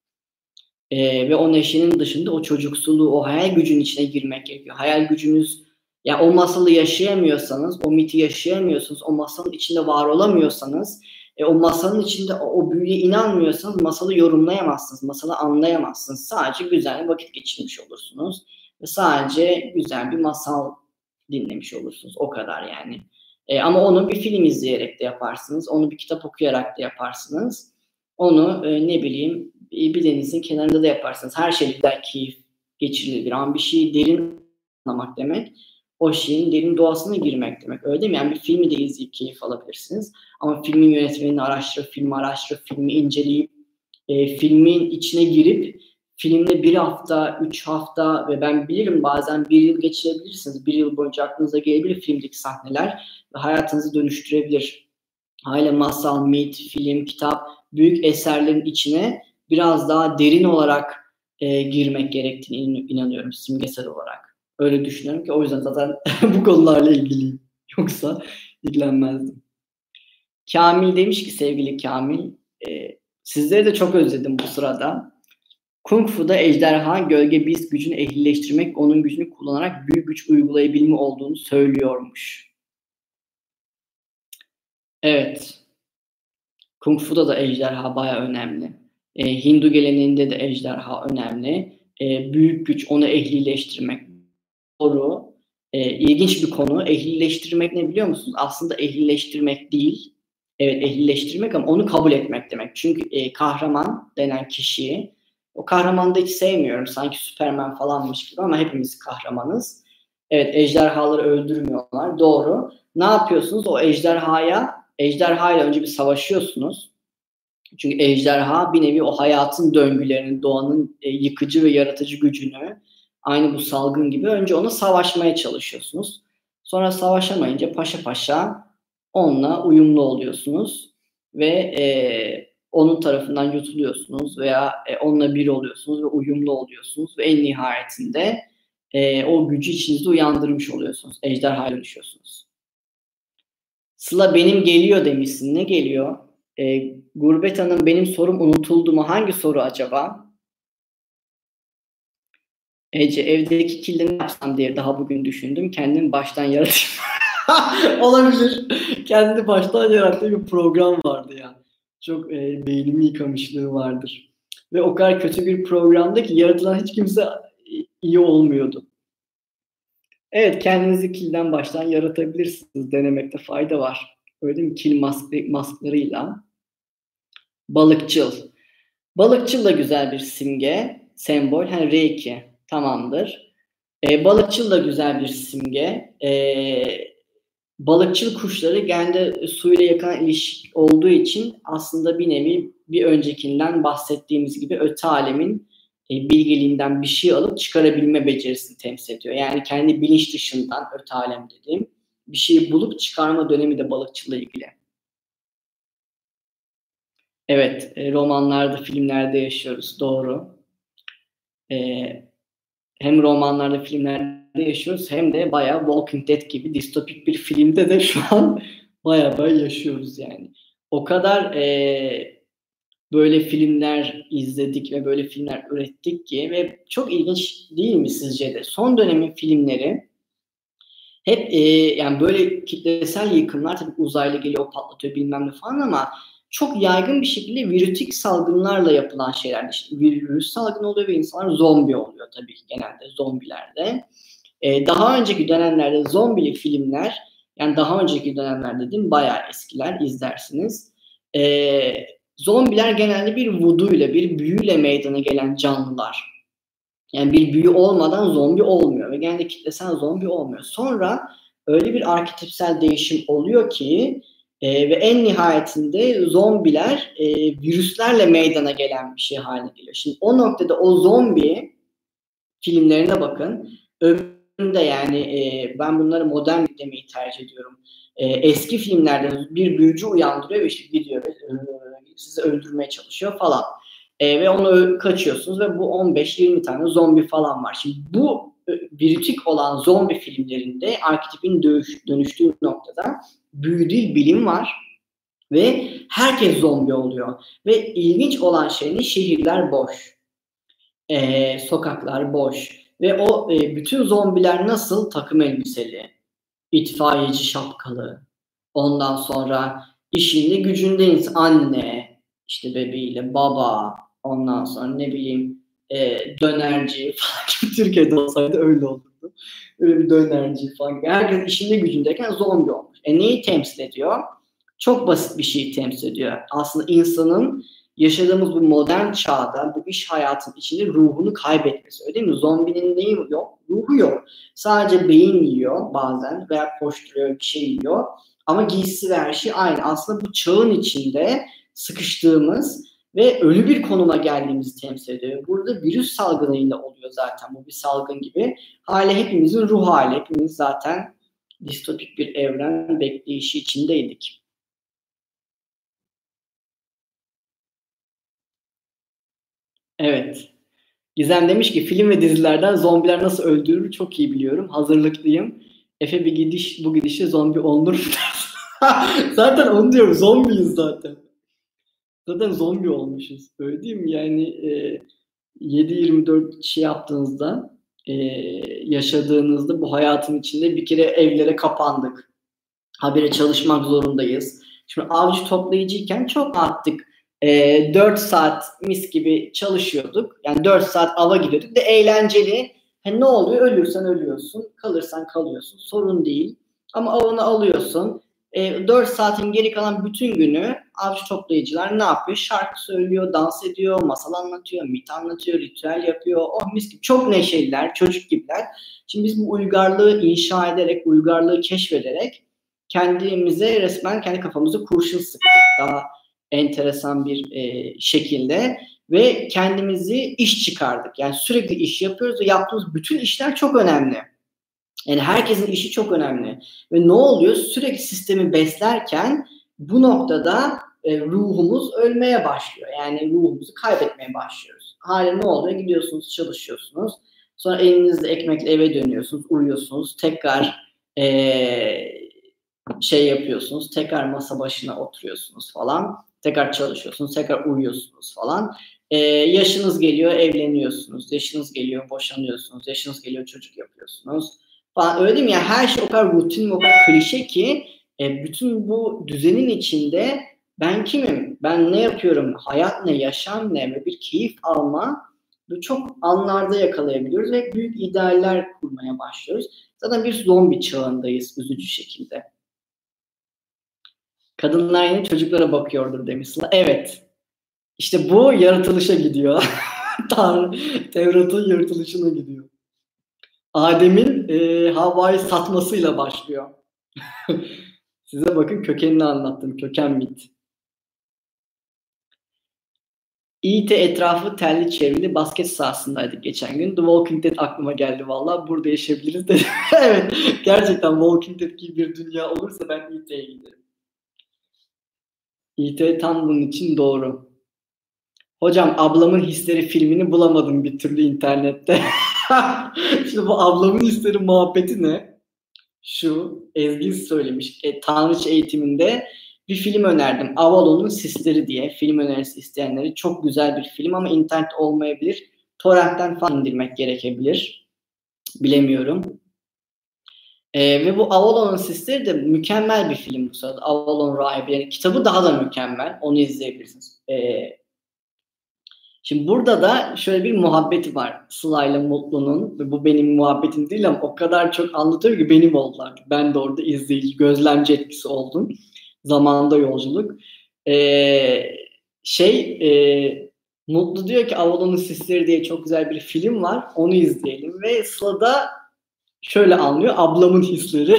E, ve o neşenin dışında o çocuksuluğu, o hayal gücünün içine girmek gerekiyor. Hayal gücünüz ya o masalı yaşayamıyorsanız, o miti yaşayamıyorsanız, o masalın içinde var olamıyorsanız, e, o masalın içinde o, o büyüye inanmıyorsanız masalı yorumlayamazsınız, masalı anlayamazsınız. Sadece güzel bir vakit geçirmiş olursunuz ve sadece güzel bir masal dinlemiş olursunuz. O kadar yani. E, ama onu bir film izleyerek de yaparsınız, onu bir kitap okuyarak da yaparsınız. Onu e, ne bileyim bir denizin kenarında da yaparsınız. Her şeyden keyif geçirilir. Ama bir şeyi derin anlamak demek, o şeyin derin doğasına girmek demek. Öyle değil mi? Yani bir filmi de izleyip keyif alabilirsiniz. Ama filmin yönetmenini araştırıp, filmi araştırıp, filmi inceleyip, e, filmin içine girip, filmde bir hafta, üç hafta ve ben bilirim bazen bir yıl geçirebilirsiniz. Bir yıl boyunca aklınıza gelebilir filmdeki sahneler ve hayatınızı dönüştürebilir. Hala masal, mit, film, kitap, büyük eserlerin içine biraz daha derin olarak e, girmek gerektiğine inanıyorum simgesel olarak. Öyle düşünüyorum ki o yüzden zaten bu konularla ilgiliyim. Yoksa ilgilenmezdim. Kamil demiş ki sevgili Kamil, e, sizleri de çok özledim bu sırada. Kung Fu'da ejderha gölge biz gücünü ehlileştirmek, onun gücünü kullanarak büyük güç uygulayabilme olduğunu söylüyormuş. Evet. Kung Fu'da da ejderha bayağı önemli. E, Hindu geleneğinde de ejderha önemli. E, büyük güç, onu ehlileştirmek. Doğru. E, ilginç bir konu. Ehlileştirmek ne biliyor musunuz? Aslında ehlileştirmek değil. Evet ehlileştirmek ama onu kabul etmek demek. Çünkü e, kahraman denen kişiyi, o kahramanı da hiç sevmiyorum. Sanki Süperman falanmış gibi ama hepimiz kahramanız. Evet ejderhaları öldürmüyorlar. Doğru. Ne yapıyorsunuz? O ejderhaya, ejderhayla önce bir savaşıyorsunuz. Çünkü ejderha bir nevi o hayatın döngülerini, doğanın e, yıkıcı ve yaratıcı gücünü, aynı bu salgın gibi önce ona savaşmaya çalışıyorsunuz. Sonra savaşamayınca paşa paşa onunla uyumlu oluyorsunuz ve e, onun tarafından yutuluyorsunuz veya e, onunla bir oluyorsunuz ve uyumlu oluyorsunuz ve en nihayetinde e, o gücü içinizde uyandırmış oluyorsunuz. Ejderhaya dönüşüyorsunuz. Sıla benim geliyor demişsin. Ne geliyor? E, Gurbet Hanım benim sorum unutuldu mu? Hangi soru acaba? Ece evdeki kilidi ne yapsam diye daha bugün düşündüm. Kendimi baştan yaratayım. Olabilir. Kendini baştan yarattığı bir program vardı ya. Çok e, beynimi yıkamışlığı vardır. Ve o kadar kötü bir programda ki yaratılan hiç kimse iyi olmuyordu. Evet kendinizi kilden baştan yaratabilirsiniz. Denemekte fayda var. Öyle değil mi? Kil mask, masklarıyla. Balıkçıl. Balıkçıl da güzel bir simge, sembol. Hani Reiki tamamdır. E, balıkçıl da güzel bir simge. E, balıkçıl kuşları genelde suyla yakın ilişki olduğu için aslında bir nevi bir öncekinden bahsettiğimiz gibi öte alemin e, bilgeliğinden bir şey alıp çıkarabilme becerisini temsil ediyor. Yani kendi bilinç dışından öte alem dediğim bir şeyi bulup çıkarma dönemi de balıkçılla ilgili. Evet, e, romanlarda, filmlerde yaşıyoruz. Doğru. E, hem romanlarda, filmlerde yaşıyoruz hem de bayağı Walking Dead gibi distopik bir filmde de şu an bayağı bayağı yaşıyoruz yani. O kadar e, böyle filmler izledik ve böyle filmler ürettik ki ve çok ilginç değil mi sizce de? Son dönemin filmleri hep e, yani böyle kitlesel yıkımlar tabii uzaylı geliyor, patlatıyor bilmem ne falan ama çok yaygın bir şekilde virütik salgınlarla yapılan şeyler. İşte virüs salgını oluyor ve insanlar zombi oluyor tabii ki genelde zombilerde. E, daha önceki dönemlerde zombili filmler, yani daha önceki dönemler dediğim bayağı eskiler, izlersiniz. E, zombiler genelde bir voodoo ile, bir büyüyle meydana gelen canlılar. Yani bir büyü olmadan zombi olmuyor ve genelde kitlesel zombi olmuyor. Sonra öyle bir arketipsel değişim oluyor ki e, ve en nihayetinde zombiler e, virüslerle meydana gelen bir şey haline geliyor. Şimdi o noktada o zombi filmlerine bakın. Öbüründe yani e, ben bunları modern demeyi tercih ediyorum. E, eski filmlerde bir büyücü uyandırıyor ve işte gidiyor ve e, sizi öldürmeye çalışıyor falan. E, ve onu kaçıyorsunuz ve bu on beş yirmi tane zombi falan var. Şimdi bu e, biritik olan zombi filmlerinde arketipin dönüş, dönüştüğü noktada büyü değil bilim var ve herkes zombi oluyor. Ve ilginç olan şey ne? Şehirler boş. E, sokaklar boş. Ve o e, bütün zombiler nasıl? Takım elbiseli, itfaiyeci şapkalı, ondan sonra işinde gücünde anne, işte bebeğiyle baba, ondan sonra ne bileyim e, dönerci falan. Türkiye'de olsaydı öyle olurdu. Öyle bir dönerci falan. Herkes işinde gücündeyken zombi olmuş. E neyi temsil ediyor? Çok basit bir şeyi temsil ediyor. Aslında insanın yaşadığımız bu modern çağda, bu iş hayatının içinde ruhunu kaybetmesi. Öyle değil mi? Zombinin neyi yok? Ruhu yok. Sadece beyin yiyor bazen veya koşturuyor, bir şey yiyor. Ama giysisi ve her şey aynı. Aslında bu çağın içinde sıkıştığımız ve ölü bir konuma geldiğimizi temsil ediyor. Burada virüs salgınıyla oluyor zaten. Bu bir salgın gibi. Hali hepimizin ruh hali. Hepimiz zaten distopik bir evren bekleyişi içindeydik. Evet. Gizem demiş ki film ve dizilerden zombiler nasıl öldürür çok iyi biliyorum. Hazırlıklıyım. Efe bir gidiş bu gidişe zombi olunur. Zaten onu diyorum. Zombiyiz zaten. Zaten zombi olmuşuz. Öyle değil mi? Yani e, yedi yirmi dört şey yaptığınızda e, yaşadığınızda bu hayatın içinde bir kere evlere kapandık. Habire çalışmak zorundayız. Şimdi avcı toplayıcıyken çok attık. E, dört saat mis gibi çalışıyorduk. Yani dört saat ava gidiyorduk. De eğlenceli. He, ne oluyor? Ölürsen ölüyorsun. Kalırsan kalıyorsun. Sorun değil. Ama avını alıyorsun. E, dört saatin geri kalan bütün günü avcı toplayıcılar ne yapıyor? Şarkı söylüyor, dans ediyor, masal anlatıyor, mit anlatıyor, ritüel yapıyor. Oh mis gibi. Çok neşeliler, çocuk gibiler. Şimdi biz bu uygarlığı inşa ederek, uygarlığı keşfederek kendimize resmen kendi kafamızı kurşun sıktık daha enteresan bir e, şekilde ve kendimizi iş çıkardık. Yani sürekli iş yapıyoruz ve yaptığımız bütün işler çok önemli. Yani herkesin işi çok önemli. Ve ne oluyor? Sürekli sistemi beslerken bu noktada e, ruhumuz ölmeye başlıyor. Yani ruhumuzu kaybetmeye başlıyoruz. Hali ne oluyor? Gidiyorsunuz, çalışıyorsunuz. Sonra elinizde ekmekle eve dönüyorsunuz, uyuyorsunuz. Tekrar e, şey yapıyorsunuz, tekrar masa başına oturuyorsunuz falan, tekrar çalışıyorsunuz, tekrar uyuyorsunuz falan. Ee, yaşınız geliyor, evleniyorsunuz, yaşınız geliyor, boşanıyorsunuz, yaşınız geliyor, çocuk yapıyorsunuz falan. Öyle değil mi? Yani her şey o kadar rutin, o kadar klişe ki e, bütün bu düzenin içinde ben kimim, ben ne yapıyorum, hayat ne, yaşam ne ve bir keyif alma bu çok anlarda yakalayabiliyoruz ve büyük idealler kurmaya başlıyoruz. Zaten bir zombi çağındayız üzücü şekilde. Kadınlar yine çocuklara bakıyordur demiş Sıla. Evet. İşte bu yaratılışa gidiyor. Tanrı, Tevrat'ın yaratılışına gidiyor. Adem'in e, Havva'yı satmasıyla başlıyor. Size bakın kökenini anlattım. Köken mit. İ T etrafı telli çevrili basket sahasındaydık geçen gün. The Walking Dead aklıma geldi valla. Burada yaşayabiliriz dedim. Evet. Gerçekten Walking Dead gibi bir dünya olursa ben İ T'ye giderim. İ T tam bunun için doğru. Hocam ablamın hisleri filmini bulamadım bir türlü internette. Şimdi bu ablamın hisleri muhabbeti ne? Şu Ezgi söylemiş. E, Tanrıç eğitiminde bir film önerdim. Avalon'un Sisleri diye. Film önerisi isteyenleri. Çok güzel bir film ama internet olmayabilir. Torrent'ten falan indirmek gerekebilir. Bilemiyorum. E, ve bu Avalon'un Sisleri de mükemmel bir film bu sırada. Avalon Rahibi. Yani kitabı daha da mükemmel. Onu izleyebilirsiniz. E, Şimdi burada da şöyle bir muhabbeti var Sıla ile Mutlu'nun ve bu benim muhabbetim değil ama o kadar çok anlatıyor ki benim oldu artık. Ben de orada izleyici, gözlemci etkisi oldum. Zamanda yolculuk. Eee, şey, eee, Mutlu diyor ki Avalon'un Sisleri diye çok güzel bir film var. Onu izleyelim ve Sıla da şöyle anlıyor. Ablamın hisleri.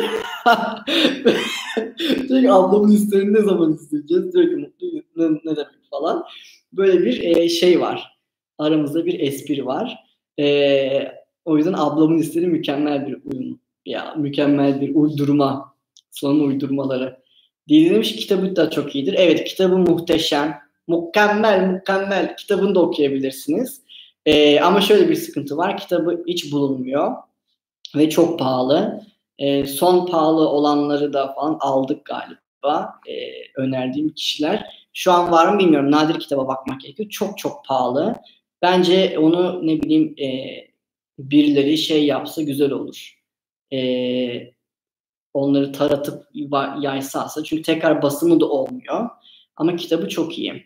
Diyor ki ablamın hislerini ne zaman izleyeceğiz? Diyor ki Mutlu ne, ne demek falan. Böyle bir e, şey var. Aramızda bir espri var. E, o yüzden ablamın hisleri mükemmel bir uyum. Ya mükemmel bir uydurma. Sıla'nın uydurmaları. Dili demiş kitabı da çok iyidir. Evet kitabı muhteşem. Mükemmel mükemmel. Kitabını da okuyabilirsiniz. E, ama şöyle bir sıkıntı var. Kitabı hiç bulunmuyor. Ve çok pahalı. E, son pahalı olanları da falan aldık galiba. E, önerdiğim kişiler. Şu an var mı bilmiyorum. Nadir kitaba bakmak gerekiyor. Çok çok pahalı. Bence onu ne bileyim e, birileri şey yapsa güzel olur. E, onları taratıp yaysa aslında. Çünkü tekrar basımı da olmuyor. Ama kitabı çok iyi.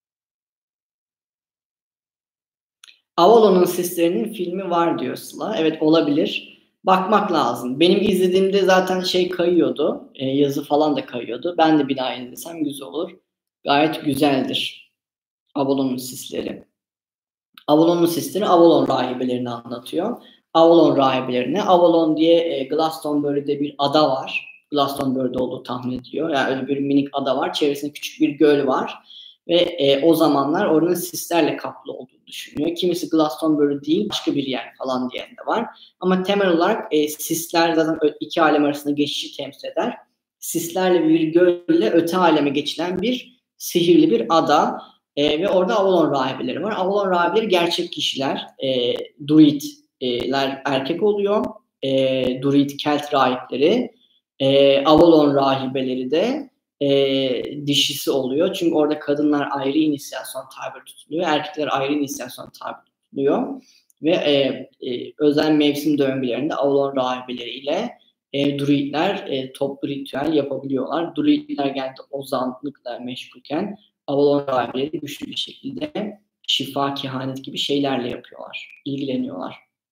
Avalon'un Sislerinin filmi var diyor Sıla. Evet olabilir. Bakmak lazım. Benim izlediğimde zaten şey kayıyordu. E, yazı falan da kayıyordu. Ben de bir daha izlesem güzel olur. Gayet güzeldir. Avalon'un Sisleri. Avalon'un Sisleri Avalon rahibelerini anlatıyor. Avalon rahibelerine Avalon diye e, Glastonbury'de bir ada var. Glastonbury'de olduğu tahmin ediliyor. Yani öyle bir minik ada var. Çevresinde küçük bir göl var. Ve e, o zamanlar oranın sislerle kaplı olduğunu düşünüyor. Kimisi Glastonbury değil başka bir yer falan diyen de var. Ama temel olarak e, sisler zaten iki alem arasında geçişi temsil eder. Sislerle bir gölle öte aleme geçilen bir sihirli bir ada. E, ve orada Avalon rahibeleri var. Avalon rahibeleri gerçek kişiler. E, Druidler erkek oluyor. E, Druid Kelt rahipleri. E, Avalon rahibeleri de e, dişisi oluyor. Çünkü orada kadınlar ayrı inisiyasyon tabi tutuluyor. Erkekler ayrı inisiyasyon tabi tutuluyor. Ve e, e, özel mevsim döngülerinde Avalon rahibeleriyle e, Druidler e, toplu ritüel yapabiliyorlar. Druidler genelde ozanlıkla meşgulken Avalon rahibeleri güçlü bir şekilde şifa, kehanet gibi şeylerle yapıyorlar, ilgileniyorlar.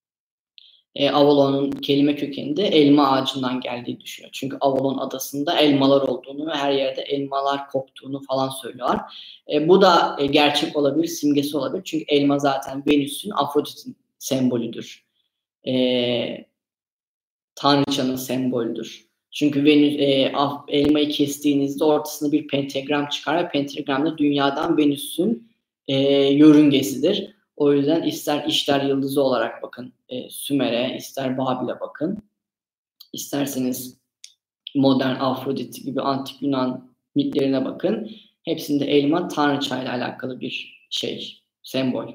E, Avalon'un kelime kökeninde elma ağacından geldiği düşünüyor. Çünkü Avalon adasında elmalar olduğunu ve her yerde elmalar koptuğunu falan söylüyorlar. E, bu da e, gerçek olabilir, simgesi olabilir. Çünkü elma zaten Venüs'ün, Afrodit'in sembolüdür. E, Tanrıçanın sembolüdür. Çünkü Venüs e, elmayı kestiğinizde ortasında bir pentagram çıkar ve pentagramda dünyadan Venüs'ün e, yörüngesidir. O yüzden ister işler yıldızı olarak bakın e, Sümer'e, ister Babil'e bakın. İsterseniz modern Afrodit gibi antik Yunan mitlerine bakın. Hepsinde elma tanrıçayla alakalı bir şey, sembol.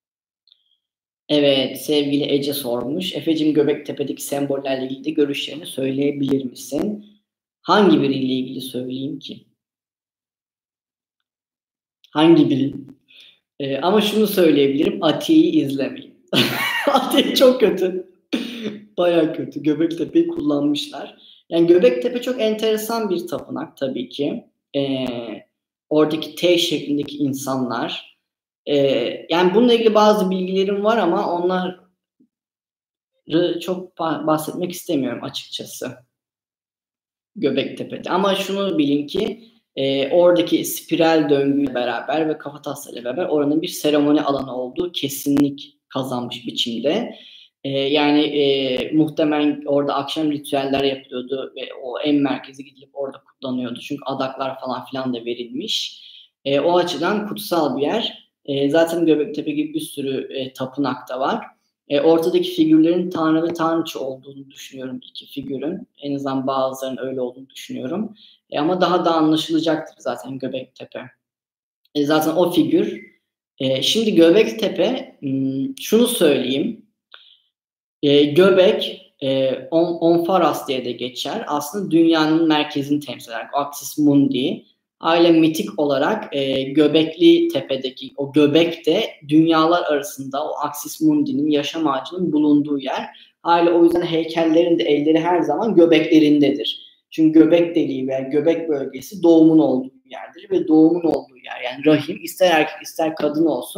Evet, sevgili Ece sormuş. Efe'cim Göbektepe'deki sembollerle ilgili de görüşlerini söyleyebilir misin? Hangi biriyle ilgili söyleyeyim ki? Hangi biri? Ee, ama şunu söyleyebilirim, Atiye'yi izlemeyin. Atiye çok kötü. Baya kötü. Göbektepe'yi kullanmışlar. Yani Göbektepe çok enteresan bir tapınak tabii ki. Ee, oradaki T şeklindeki insanlar. Ee, yani bununla ilgili bazı bilgilerim var ama onları çok bahsetmek istemiyorum açıkçası. Göbektepe'de. Ama şunu bilin ki e, oradaki spiral döngüyle beraber ve kafatasıyla beraber oranın bir seremoni alanı olduğu kesinlik kazanmış biçimde. E, yani e, muhtemelen orada akşam ritüeller yapılıyordu ve o en merkeze gidilip orada kutlanıyordu. Çünkü adaklar falan filan da verilmiş. E, o açıdan kutsal bir yer. E, zaten Göbektepe gibi bir sürü e, tapınak da var. E, ortadaki figürlerin Tanrı ve Tanrıça olduğunu düşünüyorum iki figürün. En azından bazılarının öyle olduğunu düşünüyorum. E, ama daha da anlaşılacaktır zaten Göbektepe. E, zaten o figür. E, şimdi Göbektepe, şunu söyleyeyim. E, Göbek, e, on, Onfaras diye de geçer. Aslında dünyanın merkezini temsil eder. Axis Mundi. Aile mitik olarak e, Göbekli Tepe'deki o göbek de dünyalar arasında o Axis Mundi'nin yaşam ağacının bulunduğu yer. Aile o yüzden heykellerin de elleri her zaman göbeklerindedir. Çünkü göbek deliği veya göbek bölgesi doğumun olduğu yerdir ve doğumun olduğu yer. Yani rahim ister erkek ister kadın olsun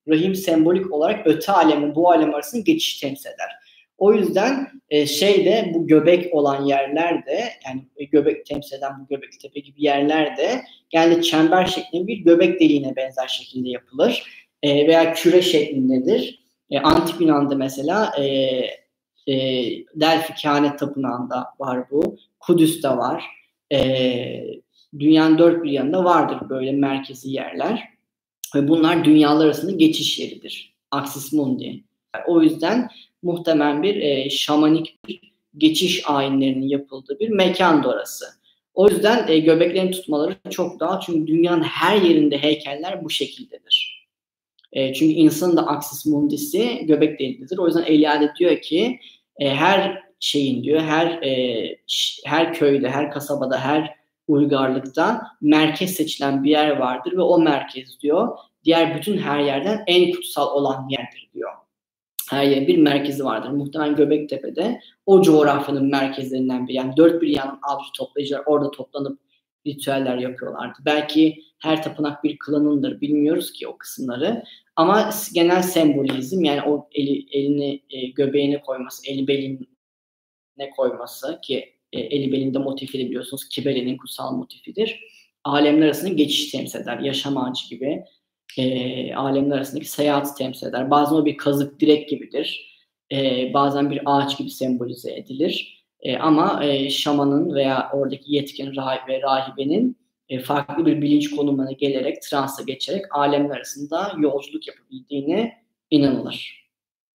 Rahim sembolik olarak öte alemi bu alem arasında geçiş temsil eder. O yüzden e, şeyde bu göbek olan yerlerde, yani göbek temsil eden bu Göbeklitepe gibi yerlerde genelde çember şeklinde bir göbek deliğine benzer şekilde yapılır. E, veya küre şeklindedir. E, Antik Yunan'da mesela e, e, Delphi Kehanet Tapınağı'nda var bu. Kudüs'te var. E, dünyanın dört bir yanında vardır böyle merkezi yerler. Ve bunlar dünyalar arasında geçiş yeridir. Axis Mundi. O yüzden muhtemelen bir e, şamanik bir geçiş ayinlerinin yapıldığı bir mekan orası. O yüzden e, göbeklerini tutmaları çok daha, çünkü dünyanın her yerinde heykeller bu şekildedir. E, çünkü insanın da Axis Mundi'si göbek deliğidir. O yüzden Eliade diyor ki e, her şeyin diyor, her e, her köyde, her kasabada, her uygarlıkta merkez seçilen bir yer vardır ve o merkez diyor diğer bütün her yerden en kutsal olan yerdir diyor. Her yerin bir merkezi vardır. Muhtemelen Göbektepe'de o coğrafyanın merkezlerinden biri. Yani dört bir yanın avcı toplayıcılar orada toplanıp ritüeller yapıyorlardı. Belki her tapınak bir klanındır. Bilmiyoruz ki o kısımları. Ama genel sembolizm, yani o eli, elini e, göbeğine koyması, eli beline koyması ki e, eli belinde motifi de biliyorsunuz Kibele'nin kutsal motifidir. Alemler arasında geçiş temsil eder. Yaşam ağacı gibi. E, alemler arasındaki seyahati temsil eder. Bazen o bir kazık direk gibidir. E, bazen bir ağaç gibi sembolize edilir. E, ama e, şamanın veya oradaki yetkin rahip ve rahibenin e, farklı bir bilinç konumuna gelerek, transa geçerek alemler arasında yolculuk yapabildiğine inanılır.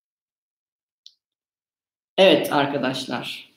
Evet arkadaşlar.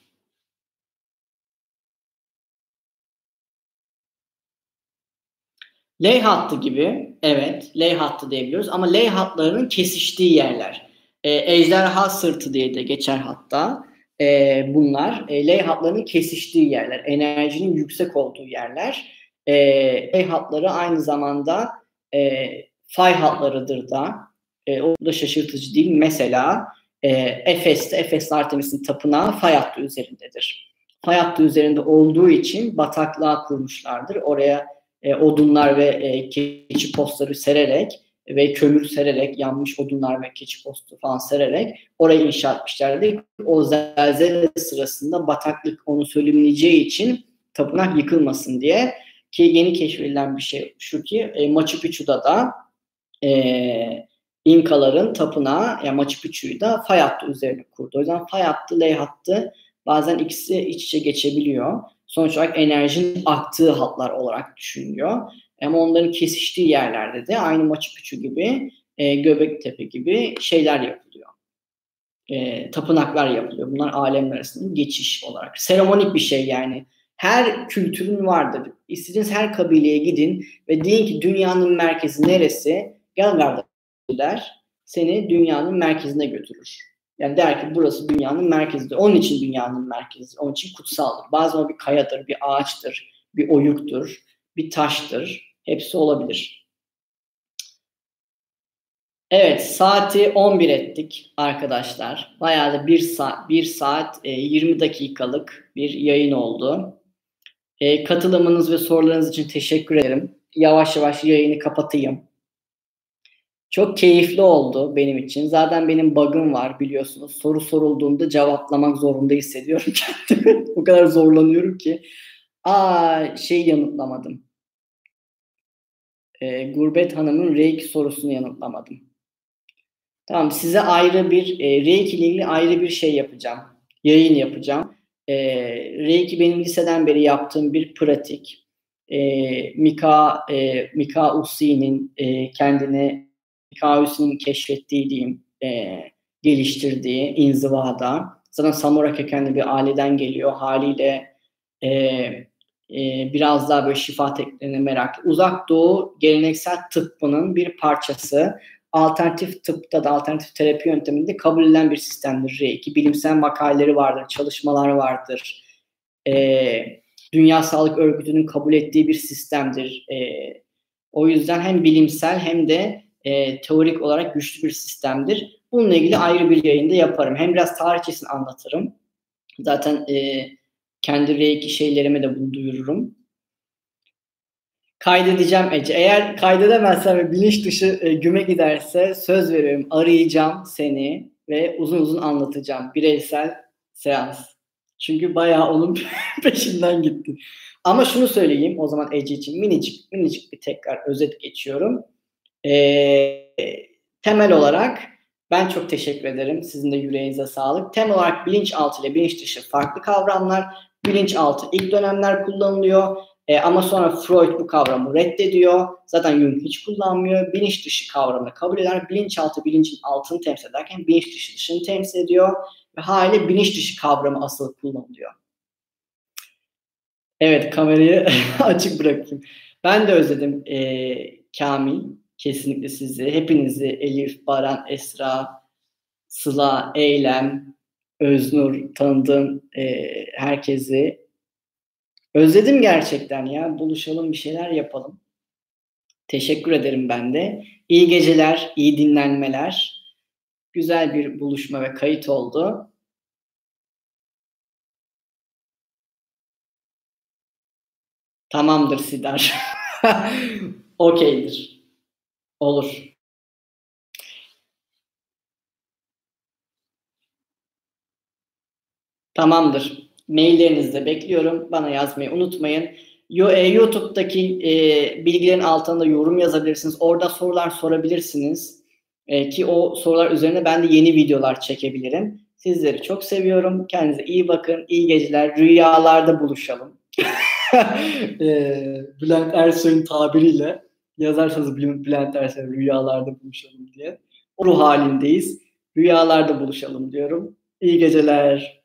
L hattı gibi, evet, L hattı diyebiliyoruz ama L hatlarının kesiştiği yerler. E, ejderha sırtı diye de geçer hatta. E, bunlar e, L hatlarının kesiştiği yerler, enerjinin yüksek olduğu yerler. E, L hatları aynı zamanda e, fay hatlarıdır da. E, o da şaşırtıcı değil. Mesela e, Efes'te, Efes'te Artemis'in tapınağı fay hattı üzerindedir. Fay hattı üzerinde olduğu için bataklığa kurmuşlardır. Oraya E, odunlar ve e, keçi postları sererek ve kömür sererek, yanmış odunlar ve keçi postu falan sererek orayı inşa etmişlerdi. O zelzele sırasında bataklık onu sönümleyeceği için tapınak yıkılmasın diye. Ki yeni keşfedilen bir şey şu ki e, Machu Picchu'da da e, İnkaların tapınağı, yani Machu Picchu'yu da fay hattı üzerine kurdu. O yüzden fay hattı, L hattı bazen ikisi iç içe geçebiliyor. Sonuç olarak enerjinin aktığı hatlar olarak düşünülüyor. Ama onların kesiştiği yerlerde de aynı Machu Picchu gibi, e, Göbektepe gibi şeyler yapılıyor. E, tapınaklar yapılıyor. Bunlar alemler arasında geçiş olarak. Seremonik bir şey yani. Her kültürün vardır. İstediğiniz her kabileye gidin ve deyin ki dünyanın merkezi neresi? Gel kardeşler, seni dünyanın merkezine götürür. Yani der ki burası dünyanın merkezidir. Onun için dünyanın merkezi. Onun için kutsaldır. Bazen o bir kayadır, bir ağaçtır, bir oyuktur, bir taştır. Hepsi olabilir. Evet, saati on bir ettik arkadaşlar. Bayağı da bir saat, bir saat e, yirmi dakikalık bir yayın oldu. E, katılımınız ve sorularınız için teşekkür ederim. Yavaş yavaş yayını kapatayım. Çok keyifli oldu benim için. Zaten benim bug'ım var biliyorsunuz. Soru sorulduğunda cevaplamak zorunda hissediyorum kendimi. O kadar zorlanıyorum ki. Aa, şey yanıtlamadım. E, Gurbet Hanım'ın Reiki sorusunu yanıtlamadım. Tamam, size ayrı bir e, Reiki ile ilgili ayrı bir şey yapacağım. Yayın yapacağım. E, Reiki benim liseden beri yaptığım bir pratik. E, Mika e, Mika Usi'nin e, kendini Mika Usi'nin keşfettiği diyeyim, e, geliştirdiği inzivada. Zaten Samura kökenli bir aileden geliyor. Haliyle e, e, biraz daha böyle şifa tekniklerine meraklı. Uzak Doğu geleneksel tıbbının bir parçası. Alternatif tıpta da, alternatif terapi yönteminde kabul edilen bir sistemdir Reiki. Bilimsel makaleleri vardır, çalışmalar vardır. Ee, Dünya Sağlık Örgütü'nün kabul ettiği bir sistemdir. Ee, o yüzden hem bilimsel hem de e, teorik olarak güçlü bir sistemdir. Bununla ilgili ayrı bir yayında yaparım. Hem biraz tarihçesini anlatırım. Zaten e, kendi Reiki şeylerime de bunu duyururum. Kaydedeceğim Ece. Eğer kaydedemezsem ve bilinç dışı e, güme giderse söz veriyorum arayacağım seni ve uzun uzun anlatacağım. Bireysel seans. Çünkü bayağı onun peşinden gitti. Ama şunu söyleyeyim o zaman Ece için minicik minicik bir tekrar özet geçiyorum. Ee, temel olarak ben çok teşekkür ederim. Sizin de yüreğinize sağlık. Temel olarak bilinçaltı ile bilinç dışı farklı kavramlar. Bilinçaltı ilk dönemler kullanılıyor. E, ama sonra Freud bu kavramı reddediyor. Zaten Jung hiç kullanmıyor. Bilinç dışı kavramını kabul eder. Bilinçaltı bilincin altını temsil ederken bilinç dışı dışını temsil ediyor. Ve haliyle bilinç dışı kavramı asıl kullanılıyor. Evet, kamerayı açık bırakayım. Ben de özledim e, Kamil. Kesinlikle sizi. Hepinizi Elif, Baran, Esra, Sıla, Eylem, Öznur tanıdığım e, herkesi. Özledim gerçekten ya. Buluşalım, bir şeyler yapalım. Teşekkür ederim ben de. İyi geceler, iyi dinlenmeler. Güzel bir buluşma ve kayıt oldu. Tamamdır Sidar. Okeydir. Olur. Tamamdır. Maillerinizi de bekliyorum. Bana yazmayı unutmayın. YouTube'daki e, bilgilerin altında yorum yazabilirsiniz. Orada sorular sorabilirsiniz. E, ki o sorular üzerine ben de yeni videolar çekebilirim. Sizleri çok seviyorum. Kendinize iyi bakın. İyi geceler. Rüyalarda buluşalım. e, Bülent Ersoy'un tabiriyle yazarsanız Bülent Ersoy rüyalarda buluşalım diye. O ruh halindeyiz. Rüyalarda buluşalım diyorum. İyi geceler.